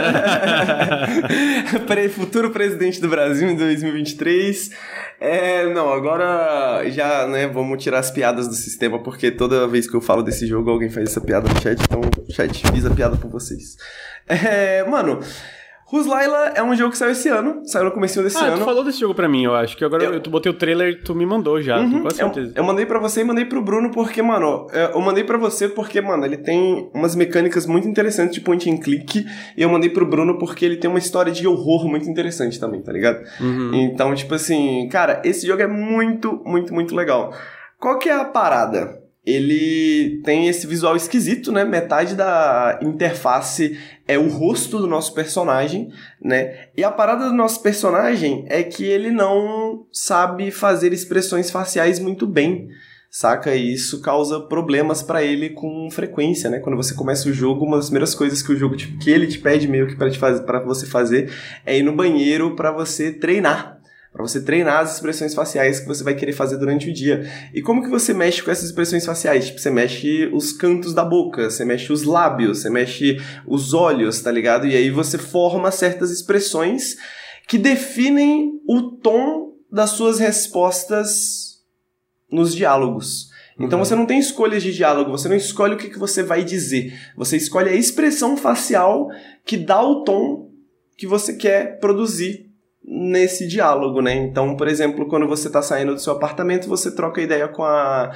futuro presidente do Brasil em 2023. Não, agora já, né, vamos tirar as piadas do sistema, porque toda vez que eu falo desse jogo, alguém faz essa piada no chat, então, chat, fiz a piada por vocês. Mano... Who's Layla é um jogo que saiu esse ano, saiu no comecinho desse ano. Tu falou desse jogo pra mim, eu acho, que agora eu botei o trailer e tu me mandou já, com certeza. Eu mandei pra você e mandei pro Bruno porque, mano, eu mandei pra você porque, mano, ele tem umas mecânicas muito interessantes de point and click, e eu mandei pro Bruno porque ele tem uma história de horror muito interessante também, tá ligado? Então, tipo assim, cara, esse jogo é muito, muito, muito legal. Qual que é a parada? Ele tem esse visual esquisito, né? Metade da interface é o rosto do nosso personagem, né? E a parada do nosso personagem é que ele não sabe fazer expressões faciais muito bem, saca? E isso causa problemas pra ele com frequência, né? Quando você começa o jogo, uma das primeiras coisas que o jogo que ele te pede meio que pra você fazer é ir no banheiro pra você treinar. Pra você treinar as expressões faciais que você vai querer fazer durante o dia. E como que você mexe com essas expressões faciais? Tipo, você mexe os cantos da boca, você mexe os lábios, você mexe os olhos, tá ligado? E aí você forma certas expressões que definem o tom das suas respostas nos diálogos. Então você não tem escolhas de diálogo, você não escolhe o que você vai dizer. Você escolhe a expressão facial que dá o tom que você quer produzir nesse diálogo, né? Então, por exemplo, quando você tá saindo do seu apartamento, você troca ideia com a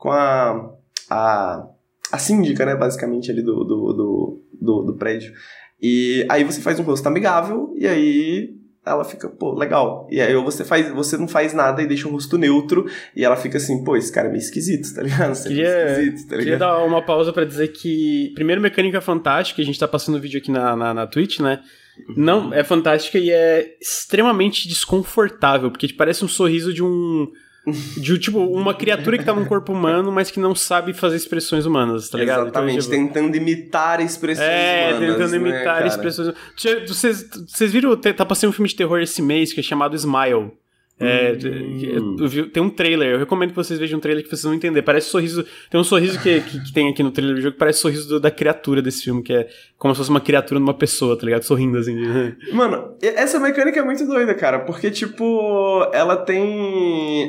síndica, né? Basicamente, ali do prédio. E aí você faz um rosto amigável, e aí ela fica, pô, legal. E aí você não faz nada e deixa um rosto neutro, e ela fica assim, pô, esse cara é meio esquisito, tá ligado? Queria dar uma pausa pra dizer que, primeiro, mecânica fantástica, a gente tá passando o vídeo aqui na Twitch, né? Não, é fantástica e é extremamente desconfortável, porque parece um sorriso de tipo, uma criatura que tá num corpo humano, mas que não sabe fazer expressões humanas, tá ligado? Exatamente, então, tentando imitar expressões humanas. Tentando imitar expressões. Vocês viram, tá passando um filme de terror esse mês que é chamado Smile. Tem um trailer, eu recomendo que vocês vejam um trailer que vocês vão entender. Parece sorriso. Tem um sorriso que tem aqui no trailer do jogo que parece sorriso da criatura desse filme, que é como se fosse uma criatura de uma pessoa, tá ligado? Sorrindo assim. Mano, essa mecânica é muito doida, cara, porque, tipo, ela tem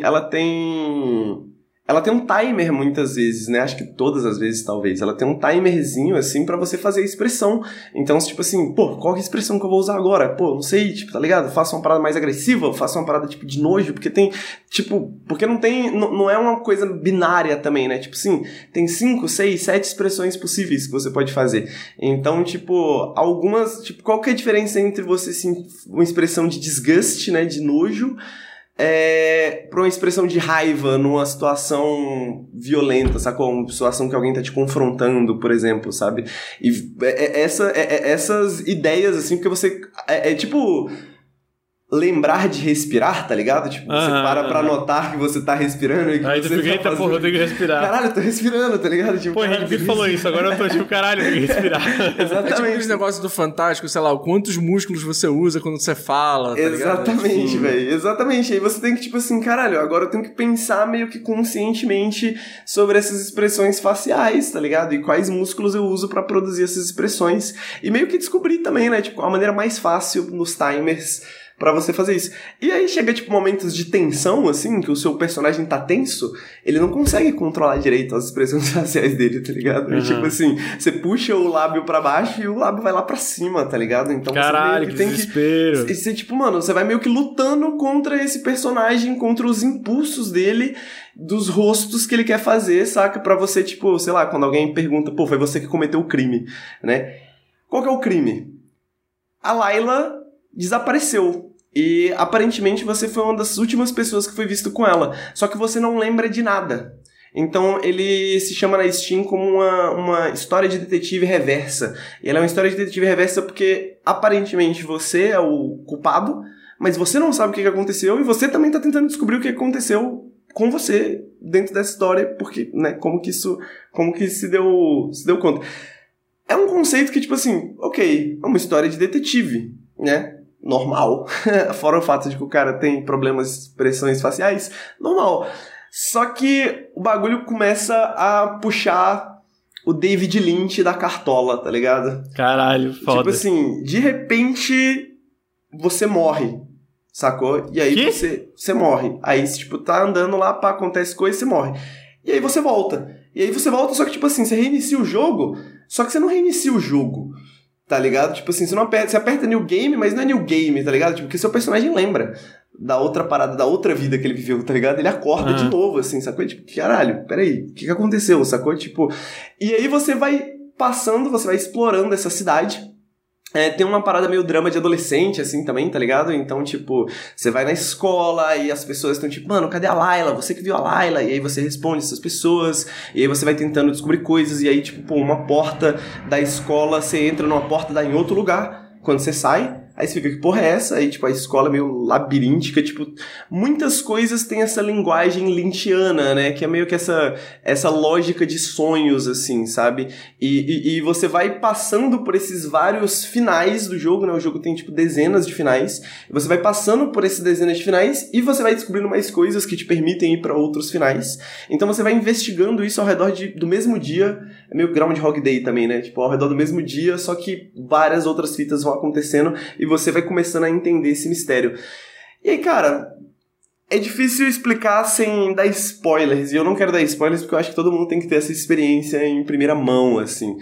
um timer muitas vezes, né? Acho que todas as vezes, talvez. Ela tem um timerzinho, assim, pra você fazer a expressão. Então, tipo assim, pô, qual é a expressão que eu vou usar agora? Pô, não sei, tipo, tá ligado? Faça uma parada mais agressiva, faça uma parada, tipo, de nojo, porque tem, tipo... Porque não é uma coisa binária também, né? Tipo assim, tem 5, 6, 7 expressões possíveis que você pode fazer. Então, tipo, algumas... Tipo, qual que é a diferença entre você, assim, uma expressão de desgaste, né? De nojo... pra uma expressão de raiva numa situação violenta, sacou? Uma situação que alguém tá te confrontando, por exemplo, sabe? E essas ideias, assim, porque você... tipo... lembrar de respirar, tá ligado? Tipo, você para pra notar que você tá respirando e que aí você tu fica, eita, fazendo... porra, eu tenho que respirar. Caralho, eu tô respirando, tá ligado? Tipo, pô, a gente falou isso, agora eu tô tipo, caralho, eu tenho que respirar. Exatamente. É tipo aqueles negócios do Fantástico, sei lá, quantos músculos você usa quando você fala, tá ligado? Exatamente, velho. Exatamente. Aí você tem que, tipo assim, caralho, agora eu tenho que pensar meio que conscientemente sobre essas expressões faciais, tá ligado? E quais músculos eu uso pra produzir essas expressões. E meio que descobrir também, né? Tipo, a maneira mais fácil nos timers pra você fazer isso. E aí chega, tipo, momentos de tensão, assim, que o seu personagem tá tenso, ele não consegue controlar direito as expressões faciais dele, tá ligado? E, tipo assim, você puxa o lábio pra baixo e o lábio vai lá pra cima, tá ligado? Então caralho, você meio que desespero. Você, tipo, mano, você vai meio que lutando contra esse personagem, contra os impulsos dele, dos rostos que ele quer fazer, saca? Pra você, tipo, sei lá, quando alguém pergunta, pô, foi você que cometeu o crime, né? Qual que é o crime? A Layla desapareceu. E aparentemente você foi uma das últimas pessoas que foi visto com ela. Só que você não lembra de nada. Então ele se chama na Steam como uma história de detetive reversa. E ela é uma história de detetive reversa porque aparentemente você é o culpado, mas você não sabe o que aconteceu e você também tá tentando descobrir o que aconteceu com você dentro dessa história, porque, né, como que se deu conta. É um conceito que, tipo assim, ok, é uma história de detetive, né? Normal. Fora o fato de que o cara tem problemas de expressões faciais, normal. Só que o bagulho começa a puxar o David Lynch da cartola, tá ligado? Caralho, foda. Tipo assim, de repente você morre, sacou? E aí você morre. Aí, tipo, tá andando lá, pá, acontece coisa e você morre. E aí você volta. Só que, tipo assim, você reinicia o jogo, só que você não reinicia o jogo. Tá ligado? Tipo assim, você aperta New Game, mas não é New Game, tá ligado? Tipo, porque seu personagem lembra da outra parada, da outra vida que ele viveu, tá ligado? Ele acorda de novo, assim, sacou? Tipo, caralho, peraí, o que aconteceu, sacou? Tipo, e aí você vai passando, você vai explorando essa cidade. Tem uma parada meio drama de adolescente, assim, também, tá ligado? Então, tipo, você vai na escola e as pessoas estão tipo, mano, cadê a Layla? Você que viu a Layla? E aí você responde essas pessoas, e aí você vai tentando descobrir coisas, e aí, tipo, pô, uma porta da escola, você entra numa porta, dá em outro lugar, quando você sai, aí você fica, que porra é essa? Aí, tipo, a escola é meio labiríntica, tipo, muitas coisas têm essa linguagem lynchiana, né, que é meio que essa lógica de sonhos, assim, sabe? E você vai passando por esses vários finais do jogo, né, o jogo tem, tipo, dezenas de finais, e você vai passando por essas dezenas de finais, e você vai descobrindo mais coisas que te permitem ir pra outros finais. Então você vai investigando isso ao redor do mesmo dia, é meio Groundhog Day também, né, tipo, ao redor do mesmo dia, só que várias outras fitas vão acontecendo, e você vai começando a entender esse mistério. E aí, cara, é difícil explicar sem dar spoilers, e eu não quero dar spoilers porque eu acho que todo mundo tem que ter essa experiência em primeira mão, assim.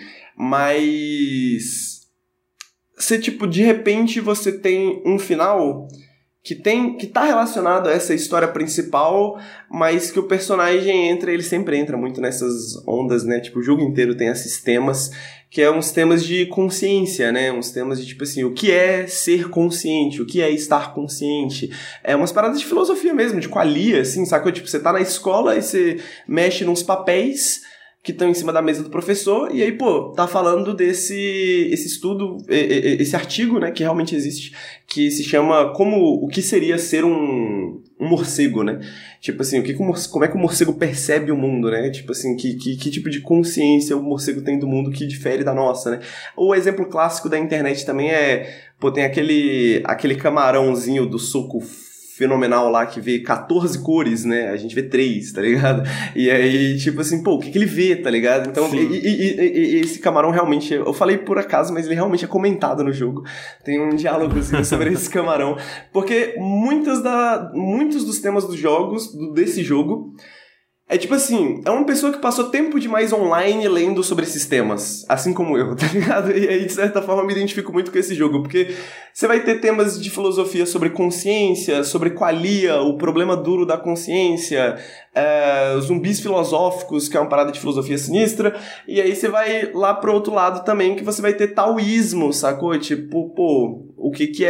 Mas... você, tipo, de repente você tem um final que tá relacionado a essa história principal, mas que o personagem ele sempre entra muito nessas ondas, né? Tipo, o jogo inteiro tem esses temas, que é uns temas de consciência, né? Uns temas de, tipo assim, o que é ser consciente, o que é estar consciente. É umas paradas de filosofia mesmo, de qualia, assim, sacou? Tipo, você tá na escola e você mexe nos papéis que estão em cima da mesa do professor, e aí, pô, tá falando esse estudo, esse artigo, né, que realmente existe, que se chama o que seria ser um morcego, né? Tipo assim, como é que o morcego percebe o mundo, né? Tipo assim, que tipo de consciência o morcego tem do mundo que difere da nossa, né? O exemplo clássico da internet também pô, tem aquele camarãozinho do suco fenomenal lá que vê 14 cores, né? A gente vê 3, tá ligado? E aí, tipo assim, pô, o que ele vê, tá ligado? Então, e esse camarão realmente, eu falei por acaso, mas ele realmente é comentado no jogo. Tem um diálogozinho sobre esse camarão. Porque muitos dos temas desse jogo, é tipo assim, é uma pessoa que passou tempo demais online lendo sobre esses temas, assim como eu, tá ligado? E aí, de certa forma, eu me identifico muito com esse jogo, porque você vai ter temas de filosofia sobre consciência, sobre qualia, o problema duro da consciência, zumbis filosóficos, que é uma parada de filosofia sinistra, e aí você vai lá pro outro lado também, que você vai ter taoísmo, sacou? Tipo, pô, o que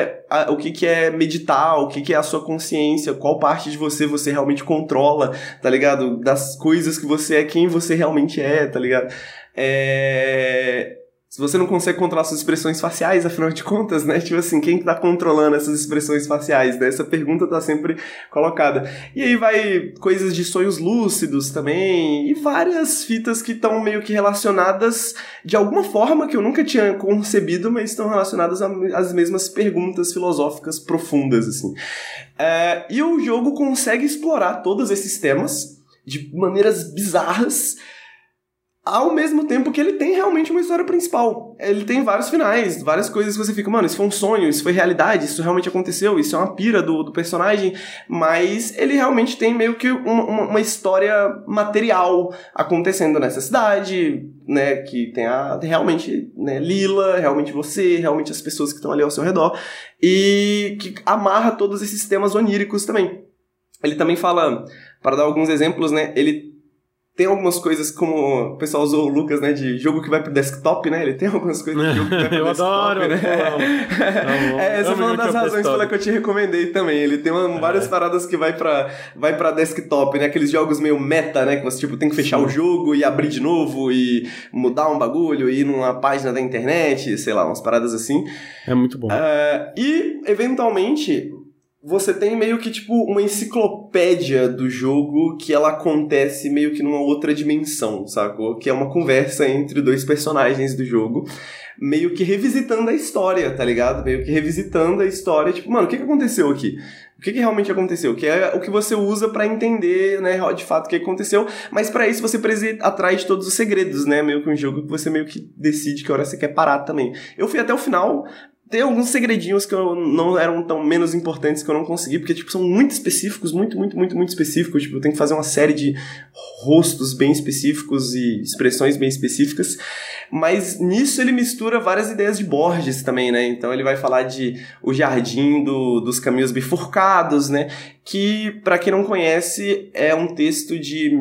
é meditar, o que é a sua consciência, qual parte de você realmente controla, tá ligado? Das coisas que você é, quem você realmente é, tá ligado? se você não consegue controlar suas expressões faciais, afinal de contas, né? Tipo assim, quem tá controlando essas expressões faciais, né? Essa pergunta tá sempre colocada. E aí vai coisas de sonhos lúcidos também, e várias fitas que estão meio que relacionadas de alguma forma que eu nunca tinha concebido, mas estão relacionadas às mesmas perguntas filosóficas profundas, assim. E o jogo consegue explorar todos esses temas de maneiras bizarras, ao mesmo tempo que ele tem realmente uma história principal. Ele tem vários finais, várias coisas que você fica, mano, isso foi um sonho, isso foi realidade, isso realmente aconteceu, isso é uma pira do personagem, mas ele realmente tem meio que uma história material acontecendo nessa cidade, né, que tem realmente, né, Lila, realmente você, realmente as pessoas que estão ali ao seu redor, e que amarra todos esses temas oníricos também. Ele também fala, para dar alguns exemplos, né, ele tem algumas coisas como o pessoal usou o Lucas, né, de jogo que vai pro desktop, né? Ele tem algumas coisas de jogo que vai pro eu desktop, adoro, né? Essa foi uma das razões pela que eu te recomendei também. Ele tem várias paradas que vai pra desktop, né? Aqueles jogos meio meta, né? Que você, tipo, tem que fechar o jogo e abrir de novo e mudar um bagulho e ir numa página da internet, sei lá, umas paradas assim. É muito bom. E, eventualmente, você tem meio que, tipo, uma enciclopédia do jogo que ela acontece meio que numa outra dimensão, sacou? Que é uma conversa entre dois personagens do jogo, meio que revisitando a história, tá ligado? Meio que revisitando a história, tipo, mano, o que aconteceu aqui? O que realmente aconteceu? Que é o que você usa pra entender, né, de fato o que aconteceu, mas pra isso você precisa ir atrás de todos os segredos, né? Meio que um jogo que você meio que decide que hora você quer parar também. Eu fui até o final. Tem alguns segredinhos que não eram tão menos importantes que eu não consegui, porque, tipo, são muito específicos, muito específicos. Tipo, eu tenho que fazer uma série de rostos bem específicos e expressões bem específicas. Mas nisso ele mistura várias ideias de Borges também, né? Então ele vai falar de O Jardim dos Caminhos Bifurcados, né? Que, pra quem não conhece, é um texto de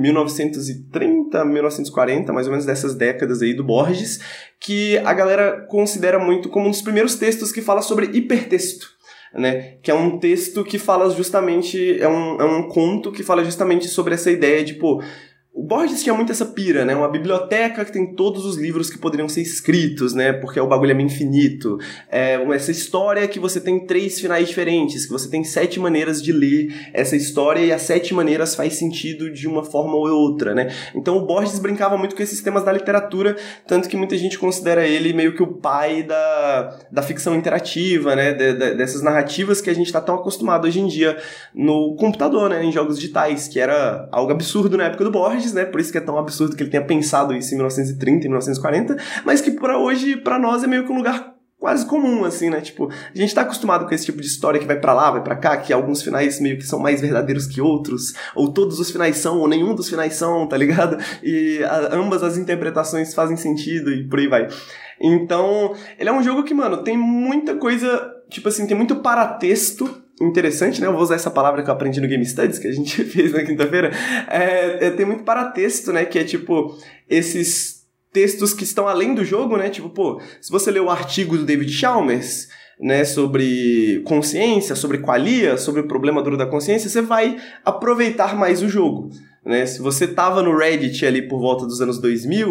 1930, 1940, mais ou menos dessas décadas aí do Borges, que a galera considera muito como um dos primeiros textos que fala sobre hipertexto, né? Que é um texto que fala justamente, é um conto que fala justamente sobre essa ideia de, pô, o Borges tinha muito essa pira, né? Uma biblioteca que tem todos os livros que poderiam ser escritos, né? Porque o bagulho é meio infinito. Essa história que você tem 3 finais diferentes, que você tem 7 maneiras de ler essa história e as 7 maneiras faz sentido de uma forma ou outra, né? Então o Borges brincava muito com esses temas da literatura, tanto que muita gente considera ele meio que o pai da ficção interativa, né? Dessas narrativas que a gente tá tão acostumado hoje em dia no computador, né? Em jogos digitais, que era algo absurdo na época do Borges, né? Por isso que é tão absurdo que ele tenha pensado isso em 1930, em 1940, mas que pra hoje, pra nós, é meio que um lugar quase comum, assim, né? Tipo, a gente tá acostumado com esse tipo de história que vai pra lá, vai pra cá, que alguns finais meio que são mais verdadeiros que outros, ou todos os finais são, ou nenhum dos finais são, tá ligado? E ambas as interpretações fazem sentido e por aí vai. Então, ele é um jogo que, mano, tem muita coisa, tipo assim, tem muito paratexto interessante, né? Eu vou usar essa palavra que eu aprendi no Game Studies, que a gente fez na quinta-feira. Tem muito paratexto, né? Que é tipo, esses textos que estão além do jogo, né? Tipo, pô, se você ler o artigo do David Chalmers, né, sobre consciência, sobre qualia, sobre o problema duro da consciência, você vai aproveitar mais o jogo. Né? Se você tava no Reddit ali por volta dos anos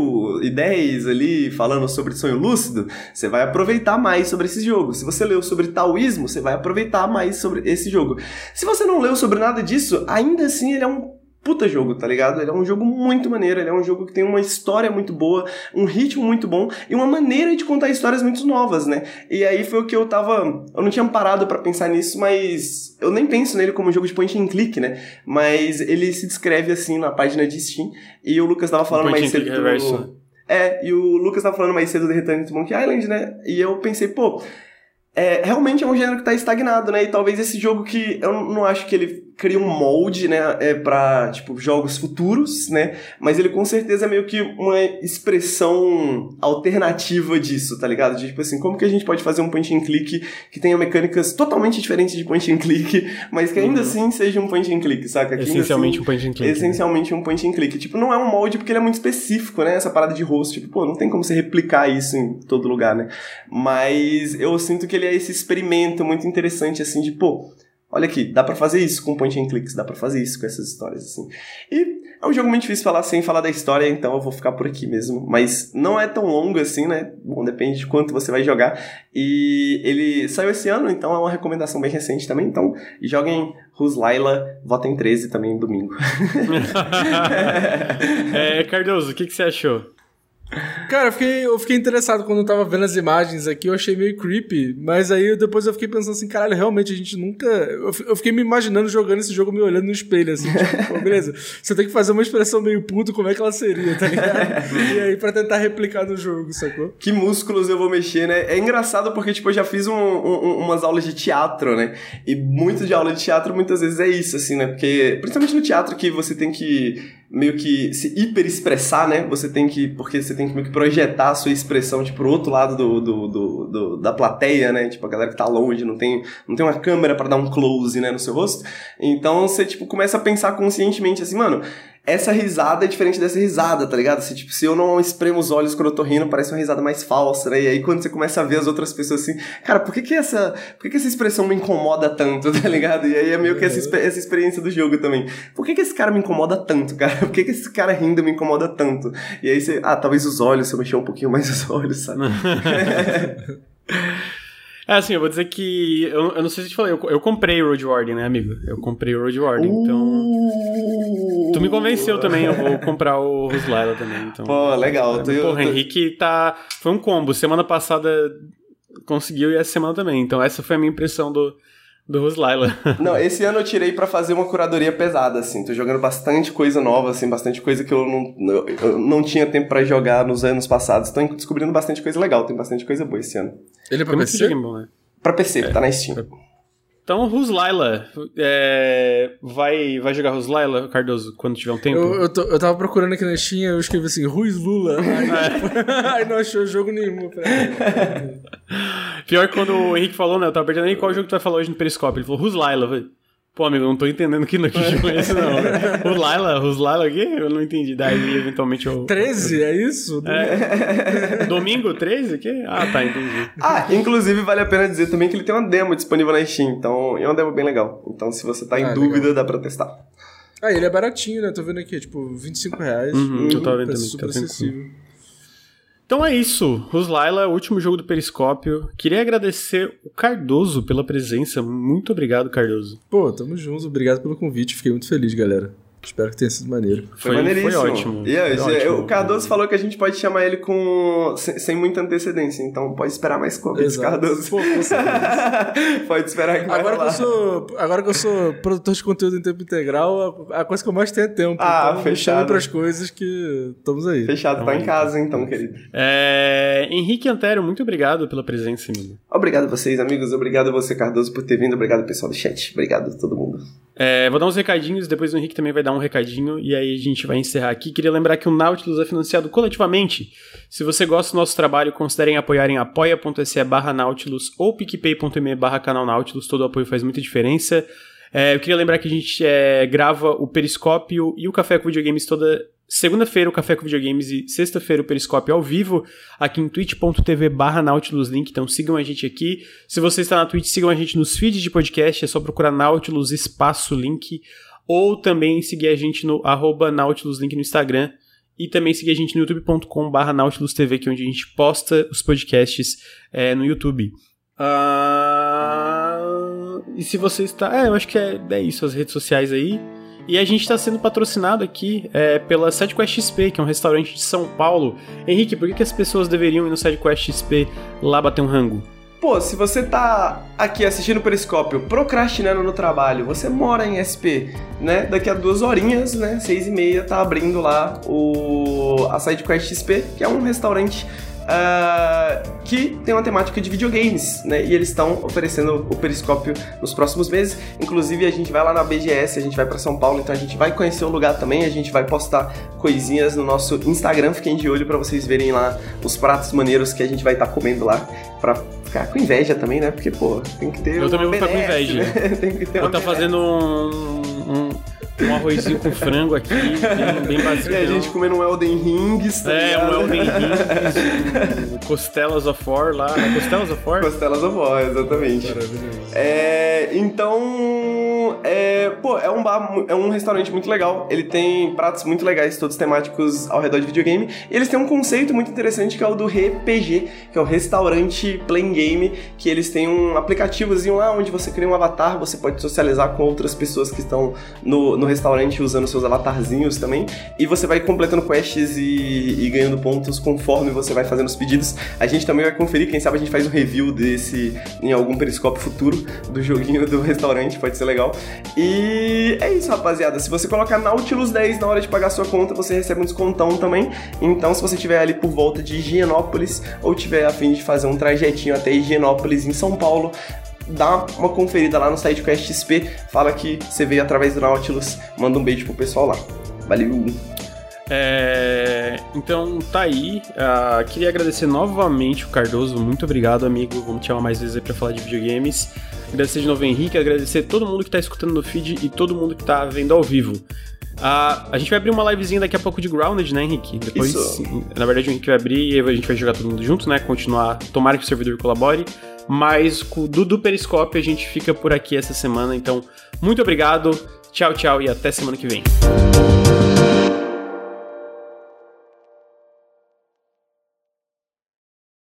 2010 ali, falando sobre sonho lúcido, você vai aproveitar mais sobre esse jogo. Se você leu sobre taoísmo, você vai aproveitar mais sobre esse jogo. Se você não leu sobre nada disso, ainda assim ele é um puta jogo, tá ligado? Ele é um jogo muito maneiro, ele é um jogo que tem uma história muito boa, um ritmo muito bom e uma maneira de contar histórias muito novas, né? E aí foi o que eu não tinha parado pra pensar nisso, mas eu nem penso nele como um jogo de point and click, né? Mas ele se descreve assim na página de Steam, e o Lucas tava falando mais cedo e o Lucas tava falando mais cedo do Return to Monkey Island, né? E eu pensei, pô, realmente é um gênero que tá estagnado, né? E talvez esse jogo que eu não acho que ele cria um molde, né, pra, tipo, jogos futuros, né? Mas ele com certeza é meio que uma expressão alternativa disso, tá ligado? De, tipo assim, como que a gente pode fazer um point and click que tenha mecânicas totalmente diferentes de point and click, mas que ainda assim seja um point and click, saca? Que essencialmente um point and click. Essencialmente um point and click. Tipo, não é um molde porque ele é muito específico, né? Essa parada de host, tipo, pô, não tem como você replicar isso em todo lugar, né? Mas eu sinto que ele é esse experimento muito interessante, assim, de, pô, olha aqui, dá pra fazer isso com point and clicks, dá pra fazer isso com essas histórias, assim. E É um jogo muito difícil falar sem falar da história, então eu vou ficar por aqui mesmo. Mas não é tão longo assim, né? Bom, depende de quanto você vai jogar. E ele saiu esse ano, então é uma recomendação bem recente também. Então, joguem Who's Layla, votem 13 também domingo. Cardoso, o que você achou? Cara, eu fiquei interessado quando eu tava vendo as imagens aqui, eu achei meio creepy, mas aí depois eu fiquei pensando assim, caralho, realmente a gente nunca... Eu fiquei me imaginando jogando esse jogo, me olhando no espelho, assim, tipo, beleza, você tem que fazer uma expressão meio puto, como é que ela seria, tá ligado? E aí pra tentar replicar no jogo, sacou? Que músculos eu vou mexer, né? É engraçado porque, tipo, eu já fiz umas aulas de teatro, né? E muito de aula de teatro muitas vezes é isso, assim, né? Porque, principalmente no teatro que você tem que meio que se hiperexpressar, né? Porque você tem que meio que projetar a sua expressão, tipo, pro outro lado da plateia, né? Tipo, a galera que tá longe, não tem uma câmera pra dar um close, né, no seu rosto. Então, você, tipo, começa a pensar conscientemente assim, mano, essa risada é diferente dessa risada, tá ligado? Se eu não espremo os olhos quando eu tô rindo, parece uma risada mais falsa, né? E aí quando você começa a ver as outras pessoas assim, cara, por que essa expressão me incomoda tanto, tá ligado? E aí é meio que essa experiência do jogo também. Por que esse cara me incomoda tanto, cara? Por que esse cara rindo me incomoda tanto? E aí você, talvez os olhos, se eu mexer um pouquinho mais os olhos, sabe? Assim, eu vou dizer que... Eu não sei se eu te falei, eu comprei o Road Warden, né, amigo? Eu comprei o Road Warden, então... Tu me convenceu também, eu vou comprar o Who's Layla também, então... Pô, legal. Porra, Henrique foi um combo. Semana passada conseguiu e essa semana também. Então essa foi a minha impressão do Who's Layla. Não, esse ano eu tirei pra fazer uma curadoria pesada, assim. Tô jogando bastante coisa nova, assim, bastante coisa que eu não tinha tempo pra jogar nos anos passados. Tô descobrindo bastante coisa legal, tem bastante coisa boa esse ano. Ele é pra PC? Bom, né? Pra PC, tá na Steam. Então, Who's Layla? Vai jogar Who's Layla, Cardoso, quando tiver um tempo? Eu tava procurando aqui na Steam, eu escrevi assim, Who's Lula? Aí não achou jogo nenhum. Pior que quando o Henrique falou, né? Eu tava perguntando qual jogo tu vai falar hoje no Periscope. Ele falou, Who's Layla? Velho. Pô, amigo, eu não tô entendendo que jogo é esse, não. Who's Layla o quê? Eu não entendi. Daí, eventualmente, eu... 13? É isso? Domingo 13? O quê? Tá, entendi. Inclusive, vale a pena dizer também que ele tem uma demo disponível na Steam. Então, é uma demo bem legal. Então, se você tá em dúvida, legal, dá pra testar. Ele é baratinho, né? Tô vendo aqui, tipo, R$25. Eu tava vendo também. Super acessível. Então é isso, Who's Layla, o último jogo do Periscópio. Queria agradecer o Cardoso pela presença. Muito obrigado, Cardoso. Pô, tamo junto, obrigado pelo convite. Fiquei muito feliz, galera. Espero que tenha sido maneiro. Foi maneiríssimo. Foi ótimo. O Cardoso falou que a gente pode chamar ele sem muita antecedência, então pode esperar mais convites, Cardoso. Pô, pode esperar que vai agora que eu sou produtor de conteúdo em tempo integral, a coisa que eu mais tenho é tempo. Então fechado. Me pras coisas que estamos aí. Fechado, tá em casa então, querido. Henrique Antero, muito obrigado pela presença, amigo. Obrigado a vocês, amigos. Obrigado a você, Cardoso, por ter vindo. Obrigado, pessoal do chat. Obrigado a todo mundo. Vou dar uns recadinhos, depois o Henrique também vai dar um recadinho, e aí a gente vai encerrar aqui. Queria lembrar que o Nautilus é financiado coletivamente. Se você gosta do nosso trabalho, considerem apoiar em apoia.se/Nautilus ou picpay.me/canal Nautilus. Todo o apoio faz muita diferença. Eu queria lembrar que a gente grava o Periscópio e o Café com Videogames toda segunda-feira, o Café com Videogames, e sexta-feira o Periscópio ao vivo, aqui em twitch.tv/NautilusLink, então sigam a gente aqui. Se você está na Twitch, sigam a gente nos feeds de podcast, é só procurar Nautilus _link, ou também seguir a gente no @NautilusLink no Instagram, e também seguir a gente no youtube.com/NautilusTV, que é onde a gente posta os podcasts no YouTube. E se você está... eu acho que é isso, as redes sociais aí. E a gente está sendo patrocinado aqui pela SideQuest XP, que é um restaurante de São Paulo. Henrique, por que as pessoas deveriam ir no SideQuest XP lá bater um rango? Pô, se você tá aqui assistindo o Periscópio, procrastinando no trabalho, você mora em SP, né? Daqui a 2 horinhas, né? 6h30, tá abrindo lá a SideQuest XP, que é um restaurante que tem uma temática de videogames, né? E eles estão oferecendo o Periscópio nos próximos meses. Inclusive, a gente vai lá na BGS, a gente vai pra São Paulo, então a gente vai conhecer o lugar também. A gente vai postar coisinhas no nosso Instagram. Fiquem de olho pra vocês verem lá os pratos maneiros que a a gente vai estar comendo lá, pra ficar com inveja também, né? Porque, pô, tem que ter... Eu também vou ficar com inveja. Né? Tem que ter eu tá fazendo um arrozinho com frango aqui, bem básico. E a gente comendo um Elden Rings. Um Elden Rings, um Costelas of War lá. Costelas of War? Costelas of War, exatamente. Maravilhoso. Então, Então, é um bar, é um restaurante muito legal. Ele tem pratos muito legais, todos temáticos ao redor de videogame. E eles têm um conceito muito interessante que é o do RPG, que é o Restaurante Playing Game, que eles têm um aplicativozinho lá onde você cria um avatar, você pode socializar com outras pessoas que estão no restaurante usando seus avatarzinhos também. E você vai completando quests e ganhando pontos conforme você vai fazendo os pedidos. A gente também vai conferir, quem sabe a gente faz um review desse em algum periscópio futuro do joguinho do restaurante, pode ser legal. E é isso, rapaziada. Se você colocar Nautilus 10 na hora de pagar sua conta, você recebe um descontão também. Então, se você estiver ali por volta de Higienópolis ou tiver a fim de fazer um trajetinho até Higienópolis em São Paulo, dá uma conferida lá no SideQuest XP, fala que você veio através do Nautilus, manda um beijo pro pessoal lá. Valeu! Então tá aí. Queria agradecer novamente o Cardoso. Muito obrigado, amigo. Vamos te chamar mais vezes aí pra falar de videogames. Agradecer de novo o Henrique, agradecer todo mundo que tá escutando no feed e todo mundo que tá vendo ao vivo. A gente vai abrir uma livezinha daqui a pouco de Grounded, né, Henrique? Depois, na verdade, o Henrique vai abrir e a gente vai jogar todo mundo junto, né? Continuar, tomara que o servidor colabore. Mas do Periscope a gente fica por aqui essa semana. Então, muito obrigado. Tchau, tchau e até semana que vem.